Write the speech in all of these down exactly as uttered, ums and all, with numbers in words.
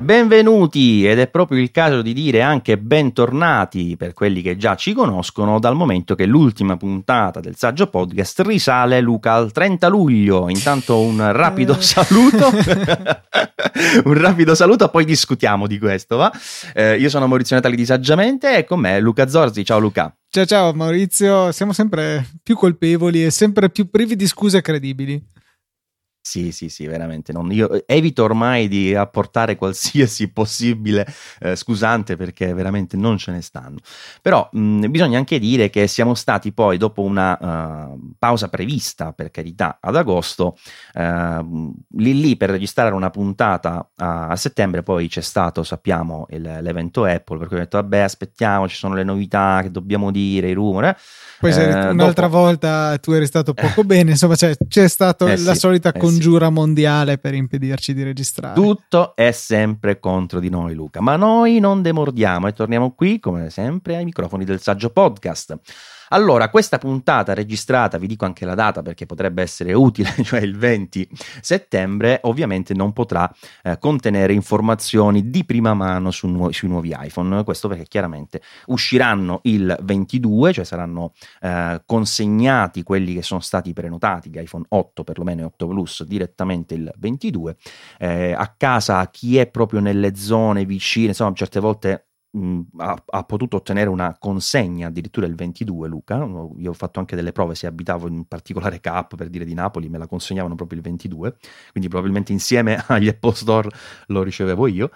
Benvenuti, ed è proprio il caso di dire anche bentornati per quelli che già ci conoscono, dal momento che l'ultima puntata del Saggio Podcast risale, Luca, al trenta luglio. Intanto un rapido saluto, un rapido saluto, poi discutiamo di questo, va? Eh, io sono Maurizio Natali di Saggiamente e con me Luca Zorzi. Ciao Luca. Ciao ciao Maurizio, siamo sempre più colpevoli e sempre più privi di scuse credibili. Sì, sì, sì, veramente. Non, io evito ormai di apportare qualsiasi possibile eh, scusante, perché veramente non ce ne stanno. Però mh, bisogna anche dire che siamo stati poi, dopo una uh, pausa prevista, per carità, ad agosto, uh, lì lì per registrare una puntata a, a settembre. Poi c'è stato, sappiamo, il, l'evento Apple, per cui ho detto vabbè, aspettiamo, ci sono le novità che dobbiamo dire, i rumori. Poi eh, un'altra dopo... volta tu eri stato poco bene, insomma c'è, c'è stata eh la sì, solita eh congiura sì. mondiale per impedirci di registrare. Tutto è sempre contro di noi, Luca, ma noi non demordiamo e torniamo qui come sempre ai microfoni del Saggio Podcast. Allora, questa puntata registrata, vi dico anche la data perché potrebbe essere utile, cioè il venti settembre, ovviamente non potrà eh, contenere informazioni di prima mano su nu- sui nuovi iPhone. Questo perché chiaramente usciranno il ventidue, cioè saranno eh, consegnati quelli che sono stati prenotati, gli iPhone otto perlomeno e otto Plus, direttamente il ventidue. Eh, a casa, a chi è proprio nelle zone vicine, insomma, certe volte Ha, ha potuto ottenere una consegna addirittura il ventidue, Luca. Io ho fatto anche delle prove, se abitavo in un particolare Cap, per dire, di Napoli, me la consegnavano proprio il ventidue, quindi probabilmente insieme agli Apple Store lo ricevevo io.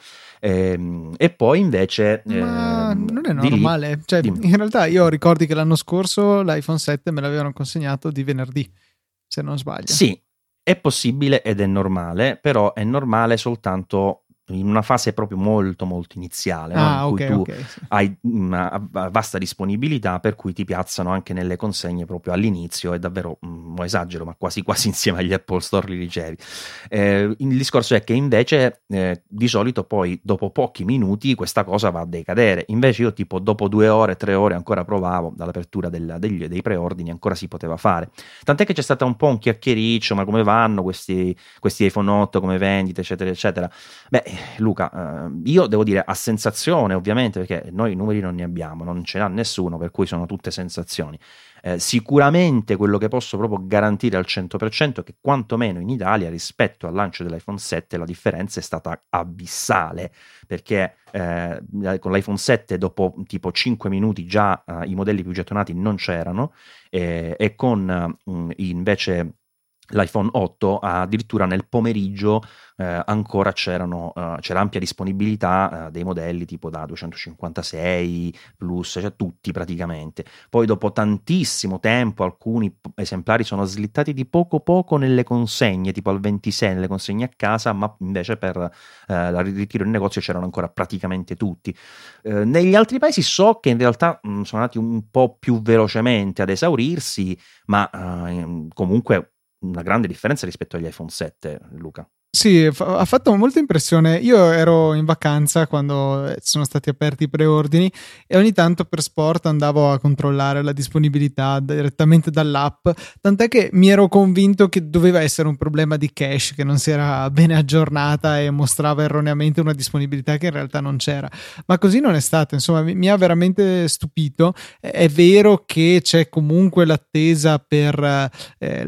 E, e poi invece ma ehm, non è normale, lì, cioè, dimmi. in realtà io ricordi che l'anno scorso l'iPhone sette me l'avevano consegnato di venerdì, se non sbaglio. Sì, è possibile ed è normale, però è normale soltanto in una fase proprio molto molto iniziale, no? Ah, In cui ok, tu ok, sì. hai una vasta disponibilità, per cui ti piazzano anche nelle consegne proprio all'inizio, e davvero, mh, esagero, ma quasi quasi insieme agli Apple Store li ricevi. Eh, il discorso è che invece eh, di solito poi dopo pochi minuti questa cosa va a decadere, invece io tipo dopo due ore, tre ore ancora provavo, dall'apertura del, degli, dei preordini ancora si poteva fare, tant'è che c'è stato un po' un chiacchiericcio, ma come vanno questi, questi iPhone otto, come vendite, eccetera eccetera. Beh, Luca, eh, io devo dire a sensazione, ovviamente, perché noi i numeri non ne abbiamo, non ce n'ha nessuno, per cui sono tutte sensazioni. Eh, sicuramente quello che posso proprio garantire al cento per cento è che quantomeno in Italia, rispetto al lancio dell'iPhone sette, la differenza è stata abissale, perché eh, con l'iPhone sette dopo tipo cinque minuti già eh, i modelli più gettonati non c'erano, eh, e con eh, invece l'iPhone otto addirittura nel pomeriggio eh, ancora c'erano, uh, c'era ampia disponibilità uh, dei modelli tipo da duecentocinquantasei plus, cioè tutti praticamente. Poi dopo tantissimo tempo alcuni p- esemplari sono slittati di poco poco nelle consegne, tipo al ventisei nelle consegne a casa, ma invece per uh, il ritiro in negozio c'erano ancora praticamente tutti. Uh, negli altri paesi so che in realtà mh, sono andati un po' più velocemente ad esaurirsi, ma uh, comunque una grande differenza rispetto agli iPhone sette, Luca. Sì, ha fatto molta impressione. Io ero in vacanza quando sono stati aperti i preordini e ogni tanto per sport andavo a controllare la disponibilità direttamente dall'app, tant'è che mi ero convinto che doveva essere un problema di cache, che non si era bene aggiornata e mostrava erroneamente una disponibilità che in realtà non c'era, ma così non è stato. Insomma, mi, mi ha veramente stupito. È vero che c'è comunque l'attesa per eh,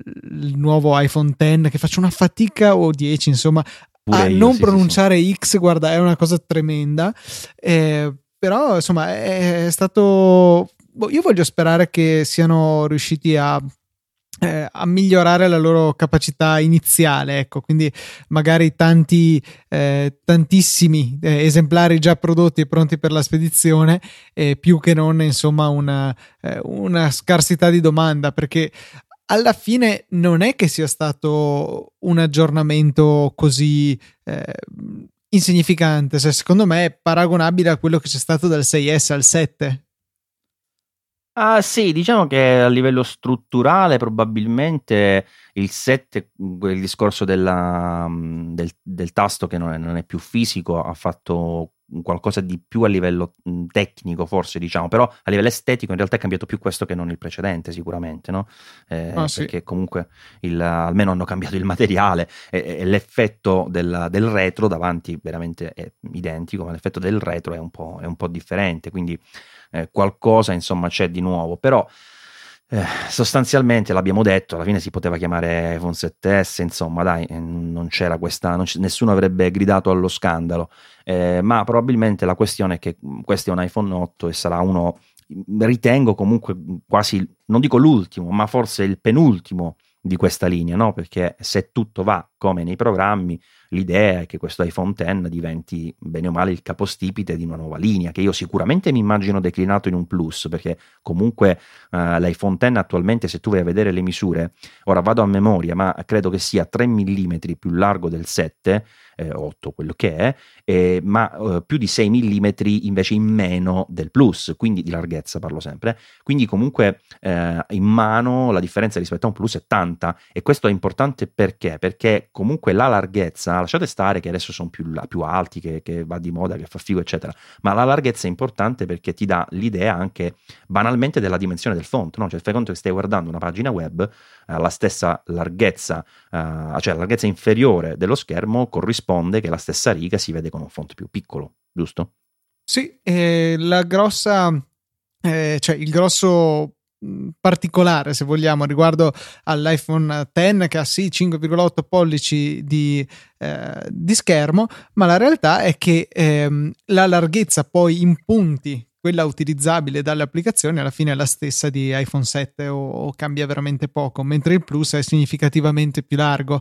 il nuovo iPhone X, che faccio una fatica, o dieci, insomma, Pure a io, non sì, pronunciare sì, sì. X, guarda, è una cosa tremenda, eh, però insomma è stato, io voglio sperare che siano riusciti a Eh, a migliorare la loro capacità iniziale, ecco, quindi magari tanti eh, tantissimi eh, esemplari già prodotti e pronti per la spedizione, eh, più che non insomma una, eh, una scarsità di domanda, perché alla fine non è che sia stato un aggiornamento così eh, insignificante, cioè, secondo me è paragonabile a quello che c'è stato dal sei S al sette. Ah sì, diciamo che a livello strutturale probabilmente il sette, il discorso della, del, del tasto che non è, non è più fisico, ha fatto qualcosa di più a livello mh, tecnico forse, diciamo, però a livello estetico in realtà è cambiato più questo che non il precedente sicuramente, no? Eh, ah, sì. Perché comunque il, almeno hanno cambiato il materiale e, e l'effetto del, del retro davanti veramente è identico, ma l'effetto del retro è un po', è un po' differente, quindi eh, qualcosa insomma c'è di nuovo, però Eh, sostanzialmente l'abbiamo detto, alla fine si poteva chiamare iPhone sette S, insomma dai, eh, non c'era questa, non c- nessuno avrebbe gridato allo scandalo, eh, ma probabilmente la questione è che questo è un iPhone otto e sarà uno, ritengo comunque quasi, non dico l'ultimo, ma forse il penultimo di questa linea, no? Perché se tutto va come nei programmi, l'idea è che questo iPhone X diventi bene o male il capostipite di una nuova linea, che io sicuramente mi immagino declinato in un Plus, perché comunque uh, l'iPhone X attualmente, se tu vai a vedere le misure, ora vado a memoria, ma credo che sia tre millimetri più largo del sette, eh, otto quello che è, eh, ma uh, più di sei millimetri invece in meno del Plus, quindi di larghezza parlo sempre, quindi comunque eh, in mano la differenza rispetto a un Plus è tanta, e questo è importante perché? Perché comunque la larghezza, lasciate stare che adesso sono più, più alti, che, che va di moda, che fa figo eccetera, ma la larghezza è importante perché ti dà l'idea anche banalmente della dimensione del font, no? Cioè fai conto che stai guardando una pagina web alla eh, stessa larghezza, eh, cioè la larghezza inferiore dello schermo corrisponde che la stessa riga si vede con un font più piccolo, giusto? Sì, eh, la grossa, eh, cioè il grosso particolare, se vogliamo, riguardo all'iPhone X, che ha sì cinque virgola otto pollici di, eh, di schermo, ma la realtà è che ehm, la larghezza poi in punti, quella utilizzabile dalle applicazioni, alla fine è la stessa di iPhone sette o, o cambia veramente poco, mentre il Plus è significativamente più largo.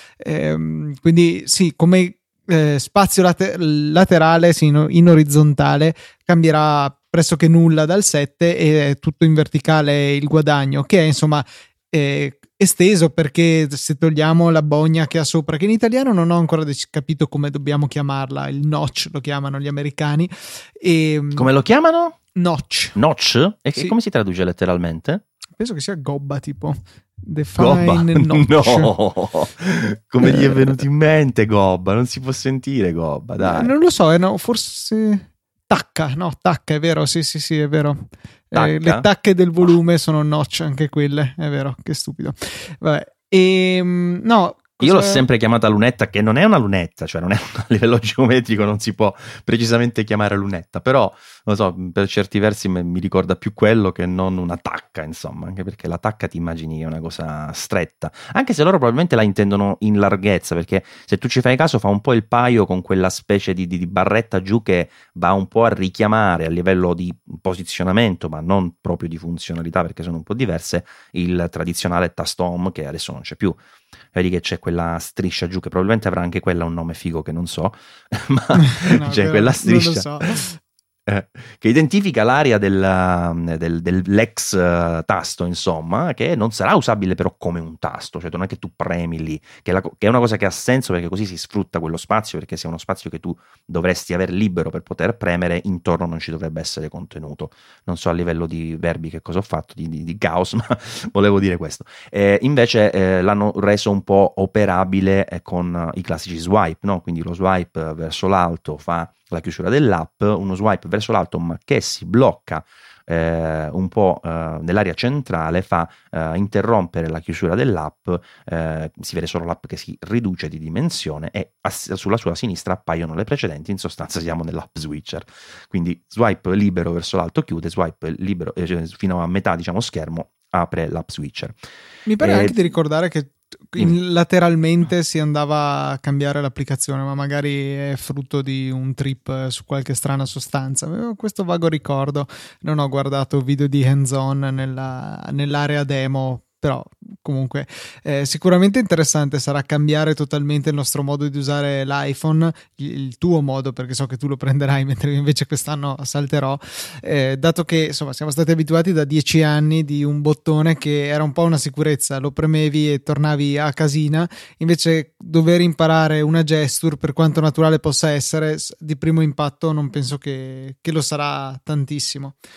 Ehm, quindi sì, come eh, spazio late- laterale, sì, in, in orizzontale cambierà pressoché nulla dal sette, e è tutto in verticale il guadagno, che è insomma eh, esteso, perché se togliamo la bogna che ha sopra, che in italiano non ho ancora capito come dobbiamo chiamarla, il notch lo chiamano gli americani. E, come lo chiamano? Notch. Notch? E sì. Come si traduce letteralmente? Penso che sia gobba, tipo define Gobba? notch. No, come gli è venuto in mente Gobba? Non si può sentire Gobba, dai. Non lo so, eh, no, forse tacca, no, tacca, è vero, sì, sì, sì, è vero. Eh, le tacche del volume sono notch, anche quelle, è vero, che stupido. Vabbè, e no. Io l'ho sempre chiamata lunetta, che non è una lunetta, cioè non è a livello geometrico, non si può precisamente chiamare lunetta, però non so, per certi versi mi ricorda più quello che non una tacca, insomma, anche perché la tacca ti immagini che è una cosa stretta, anche se loro probabilmente la intendono in larghezza, perché se tu ci fai caso fa un po' il paio con quella specie di, di, di barretta giù che va un po' a richiamare a livello di posizionamento, ma non proprio di funzionalità, perché sono un po' diverse, il tradizionale tasto home che adesso non c'è più. Vedi che c'è quella striscia giù, che probabilmente avrà anche quella un nome figo che non so, ma no, c'è quella striscia non lo so. eh, che identifica l'area del, del, dell'ex uh, tasto, insomma, che non sarà usabile però come un tasto, cioè non è che tu premi lì, che è, la, che è una cosa che ha senso, perché così si sfrutta quello spazio, perché se è uno spazio che tu dovresti aver libero per poter premere, intorno non ci dovrebbe essere contenuto. Non so a livello di verbi che cosa ho fatto, di, di, di caos, ma volevo dire questo. Eh, invece eh, l'hanno reso un po' operabile eh, con i classici swipe, no? Quindi lo swipe verso l'alto fa la chiusura dell'app, uno swipe verso l'alto ma che si blocca eh, un po' eh, nell'area centrale fa eh, interrompere la chiusura dell'app, eh, si vede solo l'app che si riduce di dimensione e ass- sulla sua sinistra appaiono le precedenti, in sostanza siamo nell'app switcher, quindi swipe libero verso l'alto chiude, swipe libero eh, cioè fino a metà diciamo schermo apre l'app switcher. Mi pare eh, anche di ricordare che in, lateralmente si andava a cambiare l'applicazione, ma magari è frutto di un trip su qualche strana sostanza. Avevo questo vago ricordo, non ho guardato video di hands-on nella, nell'area demo, però comunque eh, sicuramente interessante sarà cambiare totalmente il nostro modo di usare l'iPhone, il, il tuo modo, perché so che tu lo prenderai mentre io invece quest'anno salterò, eh, dato che insomma siamo stati abituati da dieci anni di un bottone che era un po' una sicurezza, lo premevi e tornavi a casina, invece dover imparare una gesture, per quanto naturale possa essere, di primo impatto non penso che, che lo sarà tantissimo.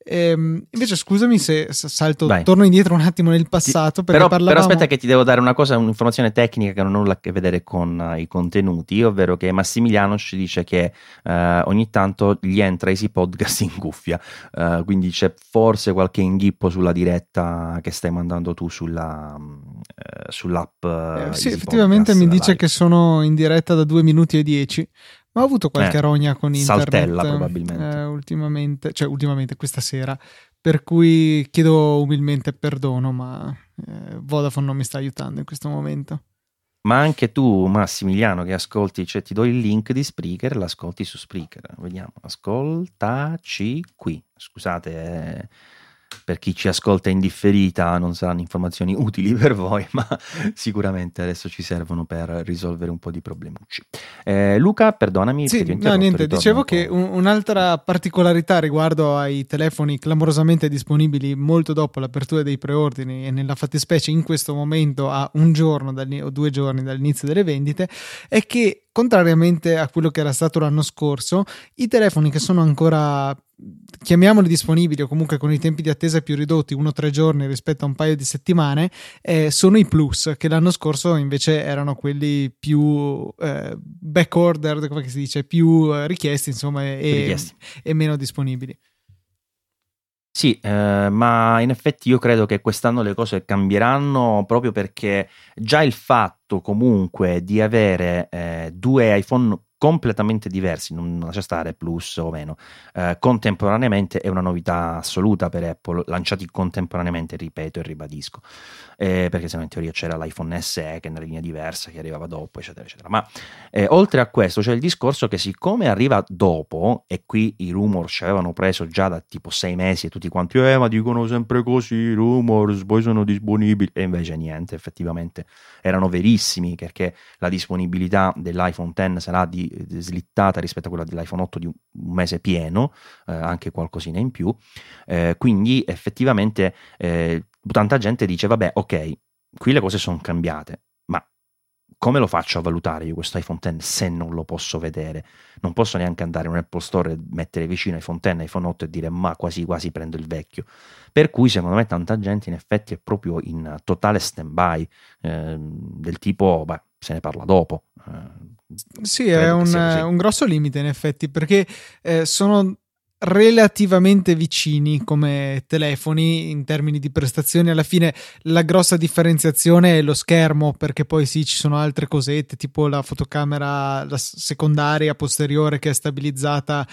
Ehm, invece scusami se salto, Vai. torno indietro un attimo nel passato, perché però, parlavamo... però aspetta che ti devo dare una cosa, un'informazione tecnica che non ha nulla a che vedere con uh, i contenuti, ovvero che Massimiliano ci dice che uh, ogni tanto gli entra Easy Podcast in cuffia, uh, quindi c'è forse qualche inghippo sulla diretta che stai mandando tu sulla, uh, sull'app uh, eh, sì, Easy effettivamente Podcast mi dice live. che sono in diretta da due minuti e dieci, ma ho avuto qualche eh, rogna con internet saltella probabilmente eh, ultimamente, cioè ultimamente questa sera, per cui chiedo umilmente perdono, ma eh, Vodafone non mi sta aiutando in questo momento. Ma anche tu, Massimiliano, che ascolti, cioè ti do il link di Spreaker, l'ascolti su Spreaker. Vediamo, ascoltaci qui. Scusate, eh, per chi ci ascolta in differita non saranno informazioni utili per voi, ma sicuramente adesso ci servono per risolvere un po' di problemucci. Eh, Luca, perdonami. Sì, che ti ho no, niente, dicevo un che un, un'altra particolarità riguardo ai telefoni clamorosamente disponibili molto dopo l'apertura dei preordini e nella fattispecie in questo momento a un giorno dal, o due giorni dall'inizio delle vendite è che, contrariamente a quello che era stato l'anno scorso, i telefoni che sono ancora, chiamiamoli disponibili, o comunque con i tempi di attesa più ridotti, uno o tre giorni rispetto a un paio di settimane, eh, sono i Plus, che l'anno scorso invece erano quelli più eh, back ordered, come si dice, più eh, richiesti, insomma, e, richiesti. e meno disponibili. Sì, eh, ma in effetti io credo che quest'anno le cose cambieranno, proprio perché già il fatto comunque di avere eh, due iPhone completamente diversi, non lascia stare Plus o meno, eh, contemporaneamente è una novità assoluta per Apple, lanciati contemporaneamente, ripeto e ribadisco, eh, perché se no in teoria c'era l'iPhone S E che è una linea diversa che arrivava dopo, eccetera eccetera. Ma eh, oltre a questo c'è il discorso che siccome arriva dopo, e qui i rumor ci avevano preso già da tipo sei mesi e tutti quanti eh ma dicono sempre così i rumors, poi sono disponibili, e invece niente, effettivamente erano verissimi, perché la disponibilità dell'iPhone X sarà di slittata rispetto a quella dell'iPhone otto di un, un mese pieno, eh, anche qualcosina in più, eh, quindi effettivamente eh, tanta gente dice vabbè, ok, qui le cose sono cambiate, ma come lo faccio a valutare io questo iPhone X se non lo posso vedere? Non posso neanche andare in un Apple Store e mettere vicino iPhone X, iPhone otto e dire ma quasi quasi prendo il vecchio. Per cui secondo me tanta gente in effetti è proprio in totale stand-by, eh, del tipo beh, se ne parla dopo. Eh, Sì, è un, un grosso limite in effetti, perché eh, sono relativamente vicini come telefoni in termini di prestazioni. Alla fine la grossa differenziazione è lo schermo, perché poi sì, ci sono altre cosette tipo la fotocamera, la secondaria posteriore, che è stabilizzata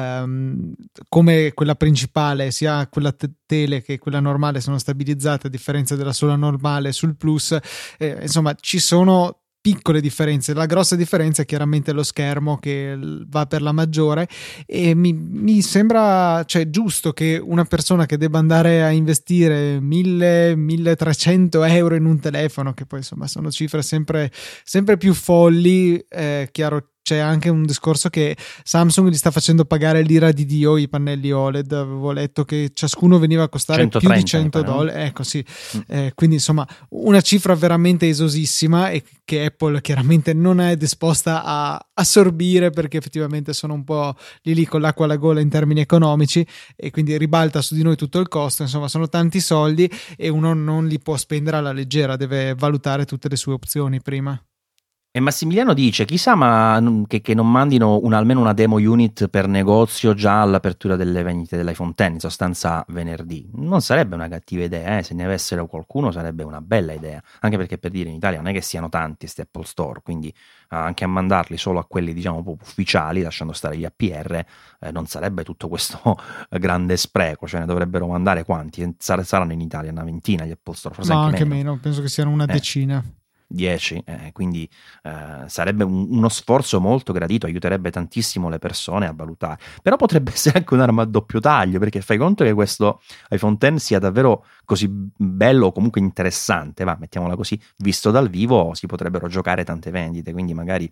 ehm, come quella principale, sia quella te- tele che quella normale sono stabilizzate, a differenza della sola normale sul Plus. Eh, insomma, ci sono piccole differenze. La grossa differenza è chiaramente lo schermo, che va per la maggiore, e mi, mi sembra, cioè, giusto che una persona che debba andare a investire mille milletrecento euro in un telefono, che poi insomma sono cifre sempre, sempre più folli, eh, chiaro. C'è anche un discorso che Samsung gli sta facendo pagare l'ira di Dio i pannelli O L E D. Avevo letto che ciascuno veniva a costare più di cento dollari. Ecco, sì. Mm. Eh, quindi insomma una cifra veramente esosissima, e che Apple chiaramente non è disposta a assorbire, perché effettivamente sono un po' lì lì con l'acqua alla gola in termini economici, e quindi ribalta su di noi tutto il costo. Insomma, sono tanti soldi e uno non li può spendere alla leggera, deve valutare tutte le sue opzioni prima. E Massimiliano dice, chissà ma che, che non mandino una, almeno una demo unit per negozio già all'apertura delle vendite dell'iPhone X, in sostanza venerdì. Non sarebbe una cattiva idea, eh? Se ne avessero qualcuno sarebbe una bella idea, anche perché, per dire, in Italia non è che siano tanti questi Apple Store, quindi anche a mandarli solo a quelli diciamo ufficiali, lasciando stare gli A P R, eh, non sarebbe tutto questo grande spreco, cioè ne dovrebbero mandare quanti? Sar- saranno in Italia una ventina gli Apple Store, forse no, anche, anche meno. meno, penso che siano una eh. decina. dieci, eh, quindi eh, sarebbe un, uno sforzo molto gradito, aiuterebbe tantissimo le persone a valutare, però potrebbe essere anche un'arma a doppio taglio, perché fai conto che questo iPhone X sia davvero così bello o comunque interessante, va, mettiamola così, visto dal vivo si potrebbero giocare tante vendite, quindi magari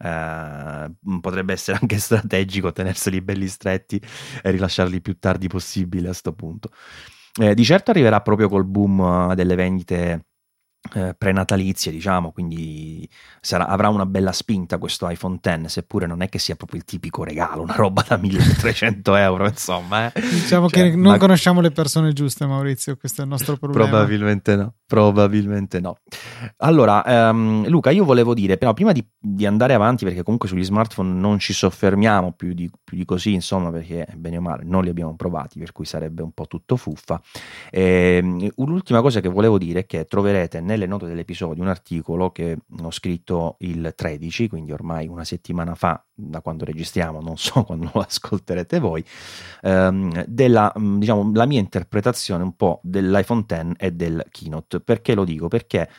eh, potrebbe essere anche strategico tenerseli belli stretti e rilasciarli più tardi possibile a sto punto. Eh, di certo arriverà proprio col boom delle vendite eh, prenatalizie, diciamo, quindi sarà, avrà una bella spinta questo iPhone X, seppure non è che sia proprio il tipico regalo, una roba da milletrecento euro, insomma. Eh. Diciamo cioè, che non ma... conosciamo le persone giuste, Maurizio, questo è il nostro problema. Probabilmente no, probabilmente no. Allora, ehm, Luca, io volevo dire, però prima di, di andare avanti, perché comunque sugli smartphone non ci soffermiamo più di, più di così, insomma, perché bene o male non li abbiamo provati, per cui sarebbe un po' tutto fuffa. Ehm, l'ultima cosa che volevo dire è che troverete nelle note dell'episodio un articolo che ho scritto il tredici, quindi ormai una settimana fa, da quando registriamo, non so quando lo ascolterete voi, ehm, della, diciamo, la mia interpretazione un po' dell'iPhone X e del Keynote. Perché lo dico? Perché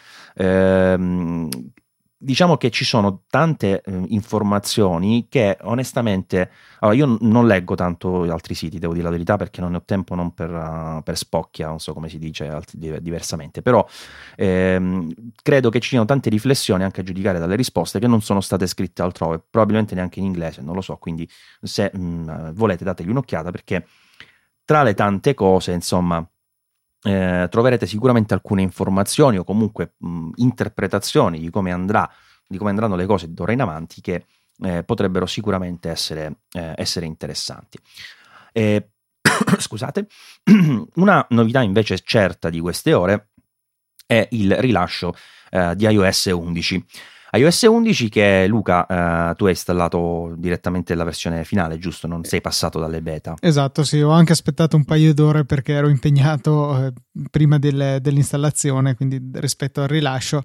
ehm, diciamo che ci sono tante eh, informazioni che onestamente, allora io non leggo tanto altri siti, devo dire la verità, perché non ne ho tempo, non per, uh, per spocchia, non so come si dice altri, diversamente, però ehm, credo che ci siano tante riflessioni, anche a giudicare dalle risposte, che non sono state scritte altrove, probabilmente neanche in inglese, non lo so, quindi se mh, volete dategli un'occhiata, perché tra le tante cose, insomma, Eh, troverete sicuramente alcune informazioni o comunque mh, interpretazioni di come andrà, di come andranno le cose d'ora in avanti, che eh, potrebbero sicuramente essere, eh, essere interessanti. Eh, scusate, una novità invece certa di queste ore è il rilascio eh, di iOS undici. iOS undici che, Luca, eh, tu hai installato direttamente la versione finale, giusto? Non sei passato dalle beta. Esatto, sì, ho anche aspettato un paio d'ore perché ero impegnato eh, prima del, dell'installazione, quindi rispetto al rilascio,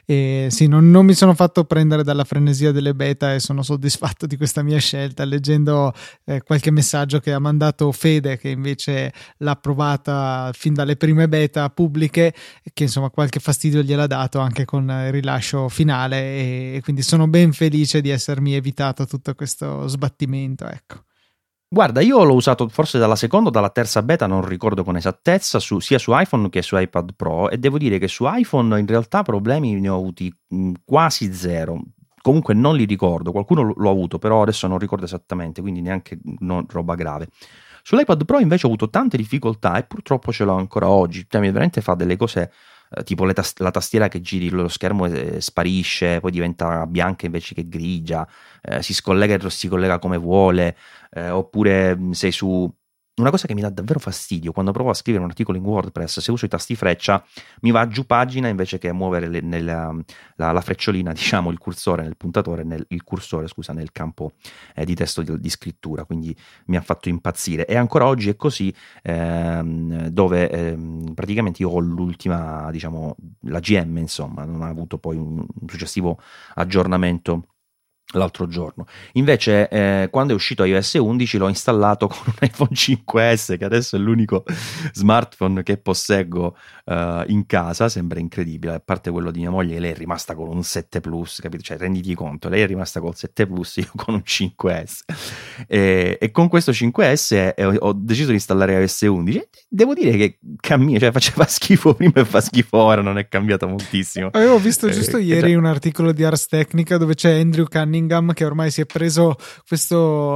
e sì, non, non mi sono fatto prendere dalla frenesia delle beta e sono soddisfatto di questa mia scelta, leggendo eh, qualche messaggio che ha mandato Fede, che invece l'ha provata fin dalle prime beta pubbliche, che insomma qualche fastidio gliel'ha dato anche con il rilascio finale, e quindi sono ben felice di essermi evitato tutto questo sbattimento, ecco. Guarda, io l'ho usato forse dalla seconda o dalla terza beta, non ricordo con esattezza, su, sia su iPhone che su iPad Pro, e devo dire che su iPhone in realtà problemi ne ho avuti mh, quasi zero. Comunque non li ricordo, qualcuno l'ho avuto, però adesso non ricordo esattamente, quindi neanche non, roba grave. Sull'iPad Pro invece ho avuto tante difficoltà e purtroppo ce l'ho ancora oggi, cioè, mi veramente fa delle cose tipo le tast- la tastiera che giri lo schermo eh, sparisce, poi diventa bianca invece che grigia, eh, si scollega e si collega come vuole, eh, oppure sei su... Una cosa che mi dà davvero fastidio, quando provo a scrivere un articolo in WordPress, se uso i tasti freccia, mi va giù pagina invece che muovere le, nella, la, la frecciolina, diciamo, il cursore nel puntatore, nel, il cursore, scusa, nel campo eh, di testo di, di scrittura, quindi mi ha fatto impazzire. E ancora oggi è così, ehm, dove ehm, praticamente io ho l'ultima, diciamo, la G M, insomma, non ha avuto poi un, un successivo aggiornamento l'altro giorno. Invece eh, quando è uscito iOS undici l'ho installato con un iPhone cinque S, che adesso è l'unico smartphone che posseggo uh, in casa. Sembra incredibile, a parte quello di mia moglie, lei è rimasta con un sette Plus, capito? Cioè renditi conto, lei è rimasta col sette Plus, io con un cinque S, e, e con questo cinque S eh, ho, ho deciso di installare iOS undici. Devo dire che cammina, cioè faceva schifo prima e fa schifo ora, non è cambiato moltissimo. Avevo visto giusto eh, ieri già... un articolo di Ars Technica dove c'è Andrew Cunningham che ormai si è preso questo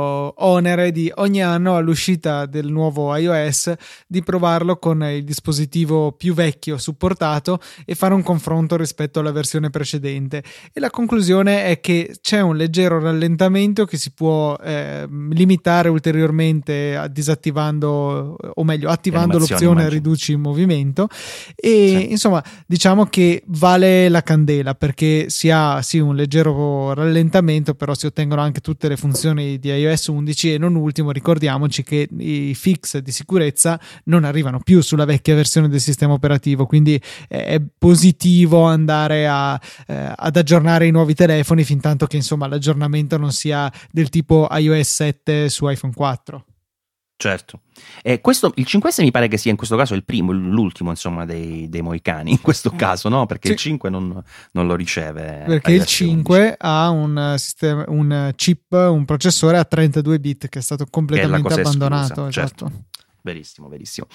onere di ogni anno all'uscita del nuovo iOS di provarlo con il dispositivo più vecchio supportato e fare un confronto rispetto alla versione precedente, e la conclusione è che c'è un leggero rallentamento che si può eh, limitare ulteriormente disattivando, o meglio attivando l'opzione immagino. Riduci il movimento, e sì. Insomma diciamo che vale la candela, perché si ha sì un leggero rallentamento, però si ottengono anche tutte le funzioni di iOS undici, e non ultimo ricordiamoci che i fix di sicurezza non arrivano più sulla vecchia versione del sistema operativo, quindi è positivo andare a, eh, ad aggiornare i nuovi telefoni fin tanto che insomma l'aggiornamento non sia del tipo iOS sette su iPhone quattro. Certo, e questo, il cinque S mi pare che sia in questo caso il primo, l'ultimo insomma dei, dei moicani in questo caso, no? Perché sì. Il cinque non, non lo riceve, perché il cinque undici ha un, sistema, un chip, un processore a trentadue bit che è stato completamente è abbandonato, esclusa, esatto. Certo. Verissimo, verissimo.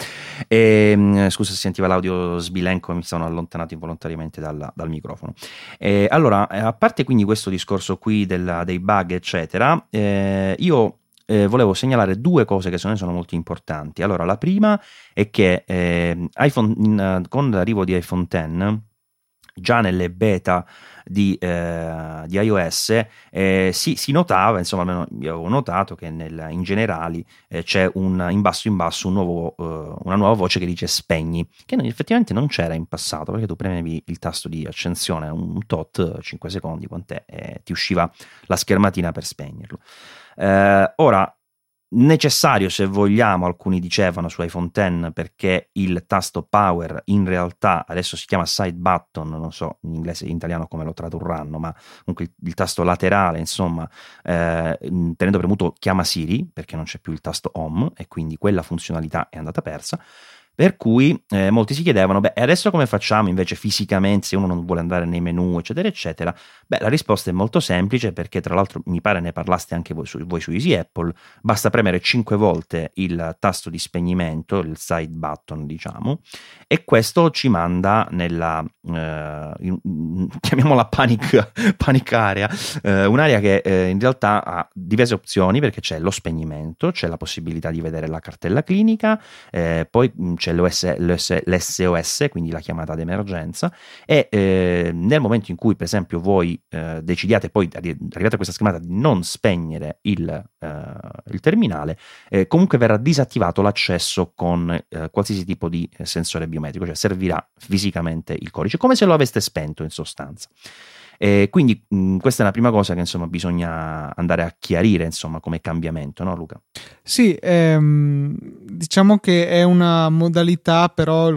E, scusa se sentiva l'audio sbilenco, mi sono allontanato involontariamente dal, dal microfono. E, allora, a parte quindi questo discorso qui della, dei bug eccetera, eh, io Eh, volevo segnalare due cose che secondo me sono molto importanti. Allora, la prima è che eh, iPhone in, con l'arrivo di iPhone X già nelle beta di, eh, di iOS eh, si, si notava, insomma almeno io avevo notato che nel, in generali eh, c'è un in basso in basso un nuovo, eh, una nuova voce che dice spegni, che non, effettivamente non c'era in passato, perché tu premevi il tasto di accensione un tot, cinque secondi, quant'è, e ti usciva la schermatina per spegnerlo. Eh, ora, necessario se vogliamo, alcuni dicevano su iPhone X, perché il tasto power in realtà adesso si chiama side button, non so in inglese e in italiano come lo tradurranno, ma comunque il, il tasto laterale, insomma, eh, tenendo premuto chiama Siri, perché non c'è più il tasto home e quindi quella funzionalità è andata persa. Per cui eh, molti si chiedevano, beh, e adesso come facciamo invece fisicamente se uno non vuole andare nei menu, eccetera, eccetera? Beh, la risposta è molto semplice, perché tra l'altro mi pare ne parlaste anche voi su, voi su Easy Apple, basta premere cinque volte il tasto di spegnimento, il side button, diciamo, e questo ci manda nella, eh, in, chiamiamola panic, panic area, eh, un'area che eh, in realtà ha diverse opzioni, perché c'è lo spegnimento, c'è la possibilità di vedere la cartella clinica, eh, poi c'è l'O S, l'S O S, quindi la chiamata d'emergenza, e eh, nel momento in cui per esempio voi eh, decidiate poi, arrivate a questa schermata, di non spegnere il, eh, il terminale, eh, comunque verrà disattivato l'accesso con eh, qualsiasi tipo di sensore biometrico, cioè servirà fisicamente il codice, come se lo aveste spento in sostanza. E quindi mh, questa è una prima cosa che insomma bisogna andare a chiarire, insomma, come cambiamento, no Luca? Sì, ehm, diciamo che è una modalità però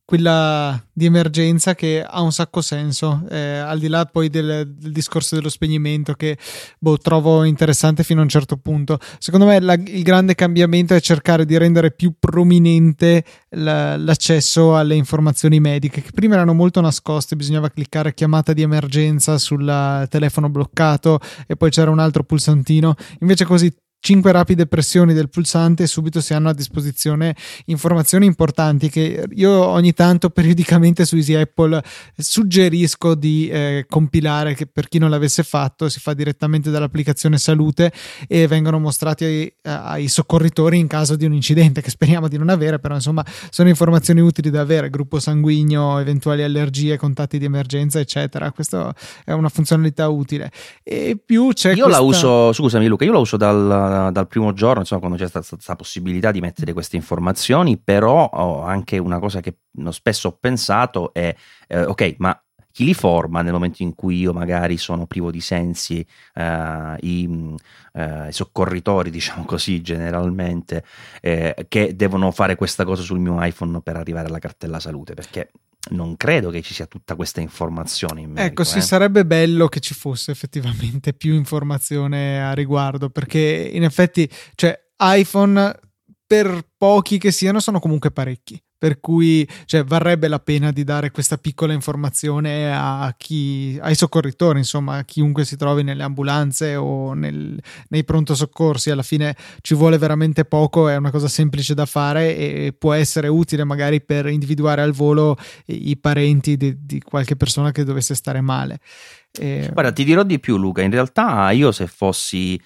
quella di emergenza che ha un sacco senso, eh, al di là poi del, del discorso dello spegnimento che boh, trovo interessante fino a un certo punto. Secondo me la, il grande cambiamento è cercare di rendere più prominente la, l'accesso alle informazioni mediche, che prima erano molto nascoste, bisognava cliccare chiamata di emergenza sul telefono bloccato e poi c'era un altro pulsantino, invece così cinque rapide pressioni del pulsante e subito si hanno a disposizione informazioni importanti che io ogni tanto periodicamente su Easy Apple suggerisco di eh, compilare, che per chi non l'avesse fatto si fa direttamente dall'applicazione Salute e vengono mostrati ai, ai soccorritori in caso di un incidente, che speriamo di non avere, però insomma sono informazioni utili da avere: gruppo sanguigno, eventuali allergie, contatti di emergenza, eccetera. Questa è una funzionalità utile. E più c'è io questa... la uso, scusami Luca, io la uso dal dal primo giorno, insomma, quando c'è stata questa possibilità di mettere queste informazioni, però ho anche una cosa che spesso ho pensato è eh, ok, ma chi li forma nel momento in cui io magari sono privo di sensi, eh, i, eh, i soccorritori, diciamo così, generalmente, eh, che devono fare questa cosa sul mio iPhone per arrivare alla cartella salute, perché non credo che ci sia tutta questa informazione in merito. Ecco, sì, eh. sarebbe bello che ci fosse effettivamente più informazione a riguardo, perché in effetti, cioè, iPhone, per pochi che siano, sono comunque parecchi, per cui cioè, varrebbe la pena di dare questa piccola informazione a chi, ai soccorritori, insomma, a chiunque si trovi nelle ambulanze o nel, nei pronto soccorsi. Alla fine ci vuole veramente poco, è una cosa semplice da fare e può essere utile magari per individuare al volo i, i parenti di, di qualche persona che dovesse stare male. E... Guarda, ti dirò di più Luca, in realtà io se fossi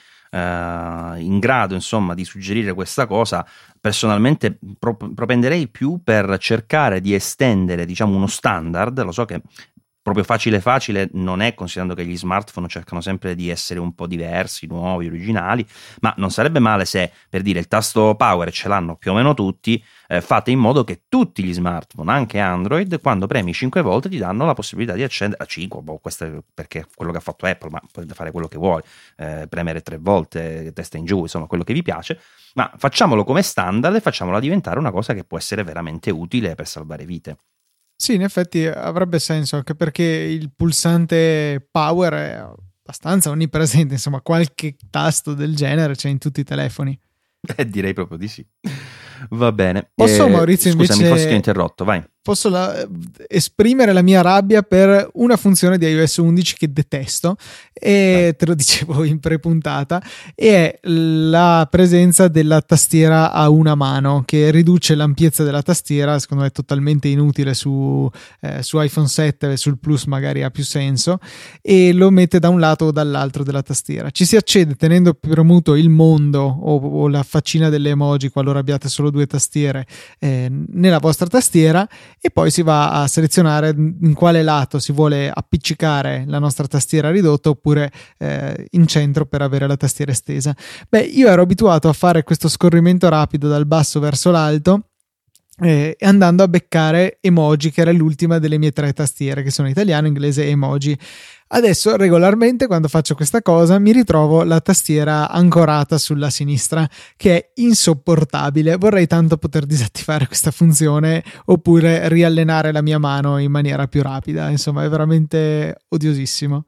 Uh, in grado insomma di suggerire questa cosa, personalmente pro- propenderei più per cercare di estendere, diciamo, uno standard. Lo so che proprio facile facile non è, considerando che gli smartphone cercano sempre di essere un po' diversi, nuovi, originali, ma non sarebbe male se, per dire, il tasto power ce l'hanno più o meno tutti, eh, fate in modo che tutti gli smartphone, anche Android, quando premi cinque volte ti danno la possibilità di accendere a cinque, boh, questo è perché è quello che ha fatto Apple, ma potete fare quello che vuoi, eh, premere tre volte, testa in giù, insomma quello che vi piace, ma facciamolo come standard e facciamola diventare una cosa che può essere veramente utile per salvare vite. Sì, in effetti avrebbe senso, anche perché il pulsante power è abbastanza onnipresente, insomma qualche tasto del genere c'è in tutti i telefoni. Eh, direi proprio di sì. Va bene. Posso, eh, Maurizio, scusami, invece... forse ti ho interrotto, vai. Posso la, esprimere la mia rabbia per una funzione di iOS undici che detesto, e Beh. te lo dicevo in pre-puntata, e è la presenza della tastiera a una mano, che riduce l'ampiezza della tastiera. Secondo me è totalmente inutile su, eh, su iPhone sette, sul Plus magari ha più senso, e lo mette da un lato o dall'altro della tastiera. Ci si accede tenendo premuto il mondo o, o la faccina delle emoji, qualora abbiate solo due tastiere, eh, nella vostra tastiera, e poi si va a selezionare in quale lato si vuole appiccicare la nostra tastiera ridotta oppure eh, in centro per avere la tastiera estesa. Beh, io ero abituato a fare questo scorrimento rapido dal basso verso l'alto, e eh, andando a beccare emoji, che era l'ultima delle mie tre tastiere, che sono italiano, inglese e emoji. Adesso regolarmente quando faccio questa cosa mi ritrovo la tastiera ancorata sulla sinistra, che è insopportabile. Vorrei tanto poter disattivare questa funzione oppure riallenare la mia mano in maniera più rapida. Insomma, è veramente odiosissimo.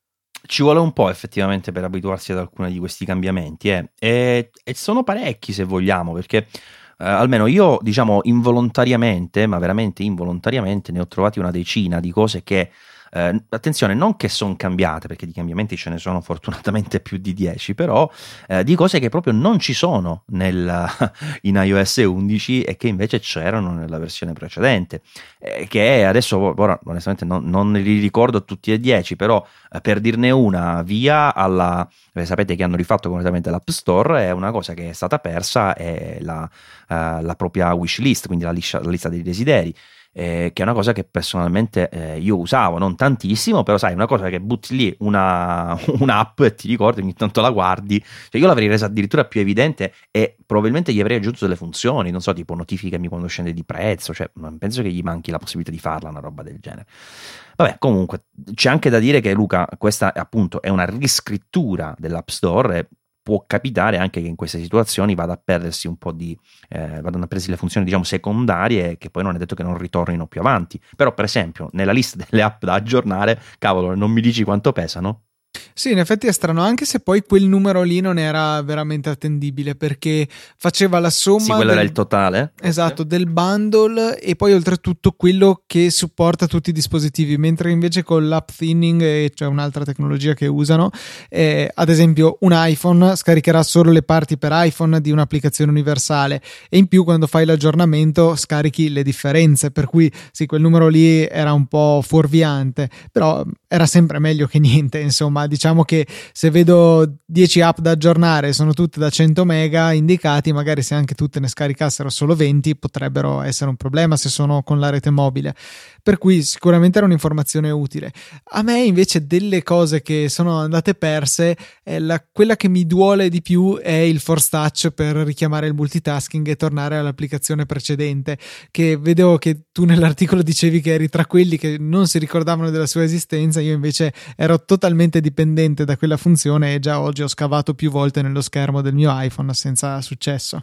Ci vuole un po' effettivamente per abituarsi ad alcuni di questi cambiamenti eh. e, e sono parecchi, se vogliamo, perché Uh, almeno io, diciamo, involontariamente, ma veramente involontariamente, ne ho trovati una decina di cose che, uh, attenzione, non che sono cambiate, perché di cambiamenti ce ne sono fortunatamente più di dieci, però uh, di cose che proprio non ci sono nel, in iOS undici e che invece c'erano nella versione precedente, eh, che adesso, ora onestamente non, non li ricordo tutti e dieci, però uh, per dirne una, via alla... Eh, sapete che hanno rifatto completamente l'App Store, è una cosa che è stata persa, è la, uh, la propria wishlist, quindi la, liscia, la lista dei desideri, eh, che è una cosa che personalmente eh, io usavo, non tantissimo, però sai, una cosa che butti lì una, un'app e ti ricordi, ogni tanto la guardi, cioè io l'avrei resa addirittura più evidente e probabilmente gli avrei aggiunto delle funzioni, non so, tipo notificami quando scende di prezzo, cioè non penso che gli manchi la possibilità di farla, una roba del genere. Vabbè, comunque c'è anche da dire che, Luca, questa appunto è una riscrittura dell'App Store e può capitare anche che in queste situazioni vada a perdersi un po' di eh, vadano a perdersi le funzioni, diciamo, secondarie, che poi non è detto che non ritornino più avanti. Però, per esempio, nella lista delle app da aggiornare, cavolo, non mi dici quanto pesano? Sì, in effetti è strano, anche se poi quel numero lì non era veramente attendibile, perché faceva la somma. Sì, quello del... era il totale. Esatto, del bundle e poi oltretutto quello che supporta tutti i dispositivi, mentre invece con l'app thinning, cioè un'altra tecnologia che usano, eh, ad esempio un iPhone scaricherà solo le parti per iPhone di un'applicazione universale e in più quando fai l'aggiornamento scarichi le differenze, per cui sì, quel numero lì era un po' fuorviante, però era sempre meglio che niente, insomma. Diciamo che se vedo dieci app da aggiornare, sono tutte da cento mega indicati, magari se anche tutte ne scaricassero solo venti potrebbero essere un problema se sono con la rete mobile, per cui sicuramente era un'informazione utile. A me invece delle cose che sono andate perse, è la, quella che mi duole di più è il force touch per richiamare il multitasking e tornare all'applicazione precedente, che vedevo che tu nell'articolo dicevi che eri tra quelli che non si ricordavano della sua esistenza. Io invece ero totalmente dipendente da quella funzione e già oggi ho scavato più volte nello schermo del mio iPhone senza successo.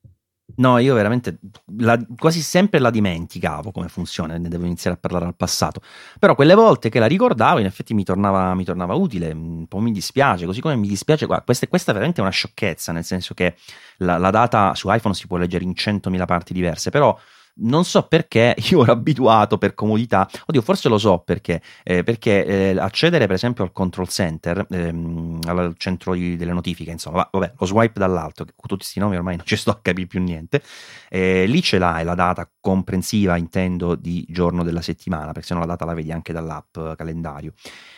No, io veramente la, quasi sempre la dimenticavo come funzione, ne devo iniziare a parlare al passato, però quelle volte che la ricordavo in effetti mi tornava, mi tornava utile, un po' mi dispiace, così come mi dispiace, guarda, questa, questa è veramente una sciocchezza, nel senso che la, la data su iPhone si può leggere in centomila parti diverse, però non so perché io ero abituato per comodità, oddio forse lo so perché, eh, perché eh, accedere per esempio al control center, ehm, al centro di, delle notifiche, insomma, vabbè, lo swipe dall'alto, con tutti questi nomi ormai non ci sto a capire più niente, eh, lì ce l'hai la data comprensiva, intendo, di giorno della settimana, perché se no la data la vedi anche dall'app calendario.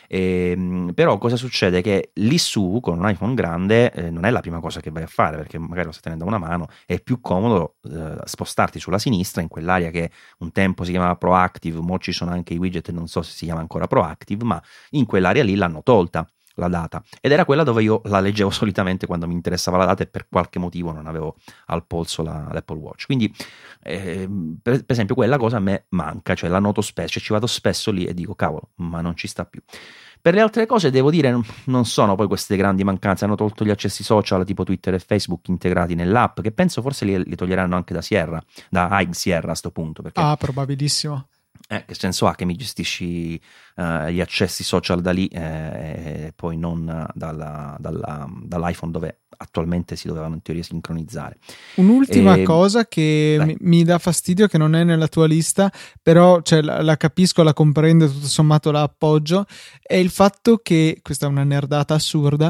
Eh, però cosa succede? Che lì su con un iPhone grande eh, non è la prima cosa che vai a fare, perché magari lo stai tenendo a una mano, è più comodo eh, spostarti sulla sinistra in quell'area che un tempo si chiamava Proactive, mo ci sono anche i widget e non so se si chiama ancora Proactive, ma in quell'area lì l'hanno tolta la data ed era quella dove io la leggevo solitamente quando mi interessava la data e per qualche motivo non avevo al polso la, l'Apple Watch, quindi eh, per, per esempio quella cosa a me manca, cioè la noto spesso, cioè ci vado spesso lì e dico cavolo, ma non ci sta più. Per le altre cose devo dire non sono poi queste grandi mancanze, hanno tolto gli accessi social tipo Twitter e Facebook integrati nell'app, che penso forse li, li toglieranno anche da Sierra, da High Sierra a sto punto, perché ah, probabilissimo. Eh, che senso ha che mi gestisci uh, gli accessi social da lì eh, e poi non dalla, dalla, dall'iPhone dove attualmente si dovevano in teoria sincronizzare. Un'ultima e... cosa che mi, mi dà fastidio, che non è nella tua lista, però cioè, la, la capisco, la comprendo, tutto sommato la appoggio, è il fatto che, questa è una nerdata assurda,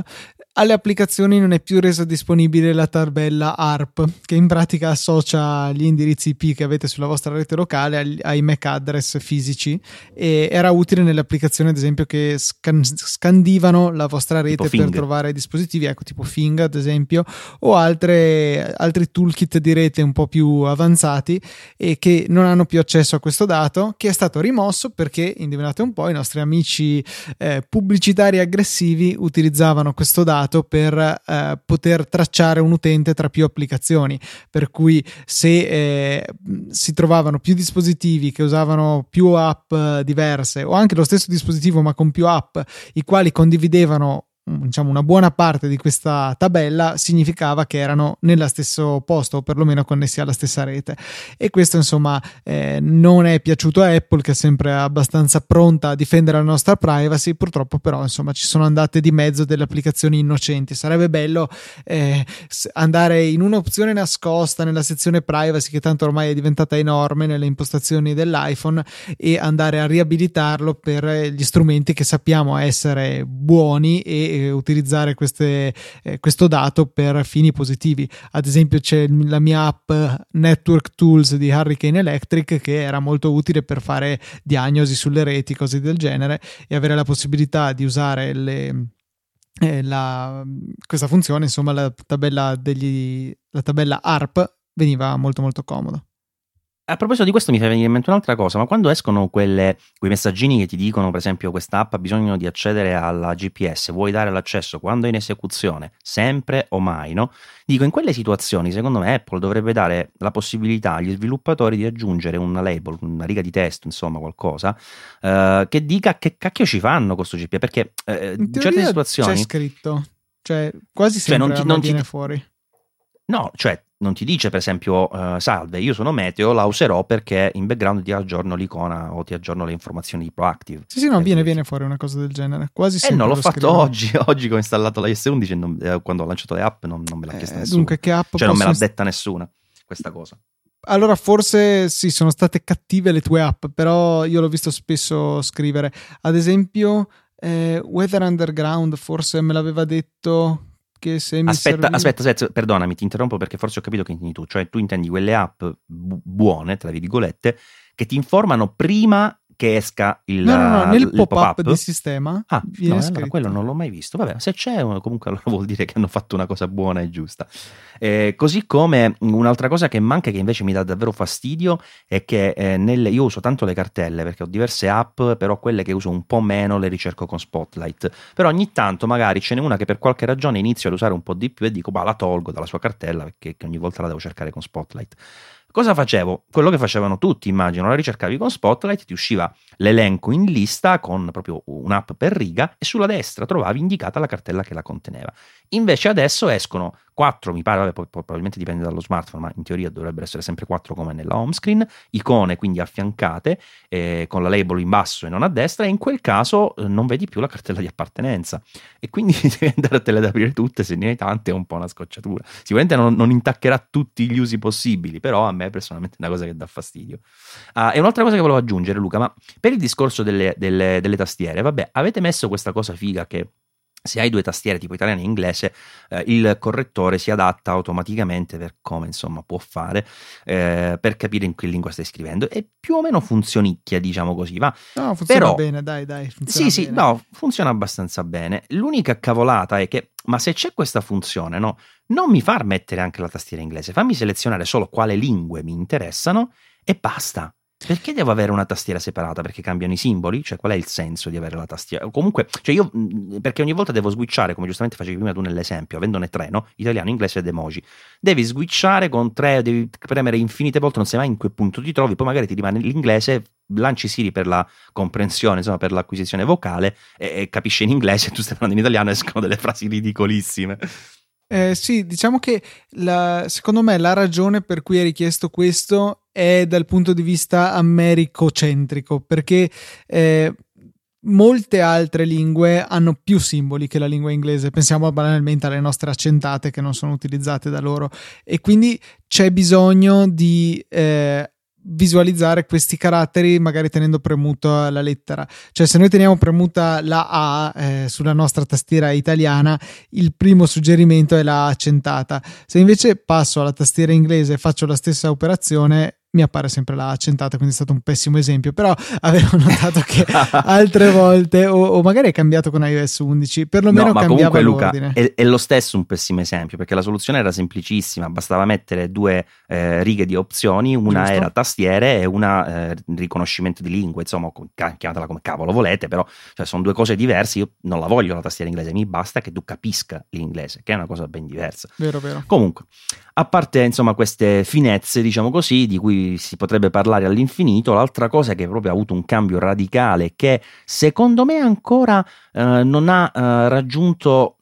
alle applicazioni non è più resa disponibile la tabella A R P, che in pratica associa gli indirizzi I P che avete sulla vostra rete locale ai, ai M A C address fisici, e era utile nelle applicazioni ad esempio che scan- scandivano la vostra rete per trovare dispositivi, ecco, tipo Fing ad esempio, o altre, altri toolkit di rete un po' più avanzati, e che non hanno più accesso a questo dato, che è stato rimosso perché, indovinate un po', i nostri amici eh, pubblicitari aggressivi utilizzavano questo dato per eh, poter tracciare un utente tra più applicazioni, per cui se eh, si trovavano più dispositivi che usavano più app diverse, o anche lo stesso dispositivo ma con più app, i quali condividevano diciamo una buona parte di questa tabella, significava che erano nello stesso posto o perlomeno connessi alla stessa rete. E questo insomma eh, non è piaciuto a Apple, che è sempre abbastanza pronta a difendere la nostra privacy. Purtroppo però insomma ci sono andate di mezzo delle applicazioni innocenti. Sarebbe bello eh, andare in un'opzione nascosta nella sezione privacy, che tanto ormai è diventata enorme nelle impostazioni dell'iPhone, e andare a riabilitarlo per gli strumenti che sappiamo essere buoni e utilizzare queste, eh, questo dato per fini positivi. Ad esempio c'è la mia app Network Tools di Hurricane Electric, che era molto utile per fare diagnosi sulle reti, cose del genere, e avere la possibilità di usare le eh, la, questa funzione, insomma la tabella degli la tabella A R P veniva molto molto comodo. A proposito di questo mi fa venire in mente un'altra cosa, ma quando escono quelle, quei messaggini che ti dicono, per esempio, questa app ha bisogno di accedere alla G P S, vuoi dare l'accesso quando è in esecuzione, sempre o mai, no? Dico, in quelle situazioni, secondo me, Apple dovrebbe dare la possibilità agli sviluppatori di aggiungere una label, una riga di testo, insomma, qualcosa, eh, che dica che cacchio ci fanno con questo G P S, perché eh, in certe situazioni... c'è scritto, cioè quasi sempre cioè non ti, non viene ti... fuori. No, cioè non ti dice per esempio uh, salve, io sono Meteo, la userò perché in background ti aggiorno l'icona o ti aggiorno le informazioni di Proactive. Sì, sì, no, viene, viene fuori una cosa del genere. Quasi sempre. E non l'ho lo fatto scrivono. oggi, oggi che ho installato la iOS undici, non, eh, quando ho lanciato le app non, non me l'ha chiesta eh, nessuno. Dunque, che app cioè non me l'ha inst- detta nessuna questa cosa. Allora forse sì, sono state cattive le tue app, però io l'ho visto spesso scrivere. Ad esempio eh, Weather Underground forse me l'aveva detto... Che se mi aspetta, serviva... aspetta, aspetta, perdonami, ti interrompo perché forse ho capito che intendi tu, cioè tu intendi quelle app bu- buone, tra virgolette, che ti informano prima che esca il, no, no, no, nel il pop-up, pop-up di sistema ah, viene no, scritto. Allora, quello non l'ho mai visto. Vabbè, se c'è comunque allora vuol dire che hanno fatto una cosa buona e giusta. Eh, così come un'altra cosa che manca, che invece mi dà davvero fastidio, è che eh, nelle, io uso tanto le cartelle perché ho diverse app, però quelle che uso un po' meno le ricerco con Spotlight. Però ogni tanto magari ce n'è una che per qualche ragione inizio ad usare un po' di più e dico, bah, la tolgo dalla sua cartella perché ogni volta la devo cercare con Spotlight. Cosa facevo? Quello che facevano tutti, immagino, la ricercavi con Spotlight, ti usciva l'elenco in lista con proprio un'app per riga e sulla destra trovavi indicata la cartella che la conteneva. Invece adesso escono quattro, mi pare, vabbè, poi, poi probabilmente dipende dallo smartphone, ma in teoria dovrebbero essere sempre quattro come nella home screen, icone quindi affiancate eh, con la label in basso e non a destra, e in quel caso eh, non vedi più la cartella di appartenenza e quindi devi andartele ad aprire tutte, se ne hai tante è un po' una scocciatura. Sicuramente non, non intaccherà tutti gli usi possibili, però a me personalmente è una cosa che dà fastidio. Uh, e un'altra cosa che volevo aggiungere, Luca, ma per il discorso delle, delle, delle tastiere, vabbè, avete messo questa cosa figa che se hai due tastiere tipo italiano e inglese, eh, il correttore si adatta automaticamente per come insomma può fare eh, per capire in che lingua stai scrivendo, e più o meno funzionicchia, diciamo così, va. No, funziona Però, bene, dai, dai. Funziona sì, bene. sì, no, funziona abbastanza bene. L'unica cavolata è che, ma se c'è questa funzione, no, non mi far mettere anche la tastiera inglese, fammi selezionare solo quale lingue mi interessano e basta. Perché devo avere una tastiera separata? Perché cambiano i simboli? Cioè, qual è il senso di avere la tastiera? O comunque, cioè io, perché ogni volta devo switchare, come giustamente facevi prima tu nell'esempio, avendone tre, no? Italiano, inglese ed emoji. Devi switchare con tre, devi premere infinite volte, non sai mai in che punto ti trovi, poi magari ti rimane l'inglese, lanci Siri per la comprensione, insomma, per l'acquisizione vocale, e, e capisce in inglese, tu stai parlando in italiano e escono delle frasi ridicolissime. Eh, sì, diciamo che la, secondo me la ragione per cui è richiesto questo è dal punto di vista americocentrico, perché eh, molte altre lingue hanno più simboli che la lingua inglese. Pensiamo banalmente alle nostre accentate che non sono utilizzate da loro, e quindi c'è bisogno di eh, visualizzare questi caratteri magari tenendo premuta la lettera. Cioè, se noi teniamo premuta la A eh, sulla nostra tastiera italiana, il primo suggerimento è la A accentata. Se invece passo alla tastiera inglese e faccio la stessa operazione, mi appare sempre la accentata, quindi è stato un pessimo esempio, però avevo notato che altre volte o, o magari è cambiato con iOS undici, perlomeno no, ma cambiava comunque, l'ordine. Luca, è, è lo stesso un pessimo esempio, perché la soluzione era semplicissima, bastava mettere due eh, righe di opzioni, una Giusto. era tastiere e una eh, riconoscimento di lingue, insomma, chiamatela come cavolo volete, però cioè, sono due cose diverse. Io non la voglio la tastiera inglese, mi basta che tu capisca l'inglese, che è una cosa ben diversa. Vero, vero. Comunque, a parte insomma queste finezze, diciamo così, di cui si potrebbe parlare all'infinito, l'altra cosa che proprio ha avuto un cambio radicale, che secondo me ancora eh, non ha eh, raggiunto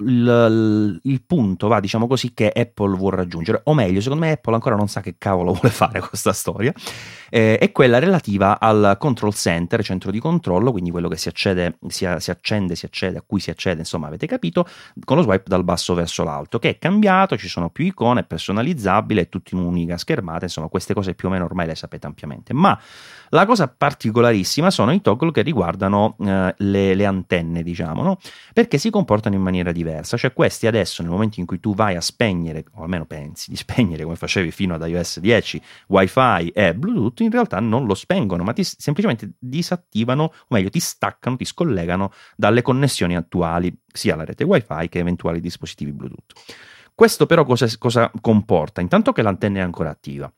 il, il punto, va, diciamo così, che Apple vuole raggiungere, o meglio, secondo me Apple ancora non sa che cavolo vuole fare con questa storia, eh, è quella relativa al control center, centro di controllo, quindi quello che si accede, si, si accende, si accede, a cui si accede, insomma avete capito, con lo swipe dal basso verso l'alto, che è cambiato, ci sono più icone, è personalizzabile, è tutto in un'unica schermata, insomma queste cose più o meno ormai le sapete ampiamente. Ma la cosa particolarissima sono i toggle che riguardano eh, le, le antenne, diciamo, no? Perché si comportano in maniera diversa, cioè questi adesso nel momento in cui tu vai a spegnere, o almeno pensi di spegnere come facevi fino ad iOS dieci, Wi-Fi e Bluetooth, in realtà non lo spengono, ma ti semplicemente disattivano, o meglio ti staccano, ti scollegano dalle connessioni attuali, sia la rete Wi-Fi che eventuali dispositivi Bluetooth. Questo però cosa, cosa comporta? Intanto che l'antenna è ancora attiva,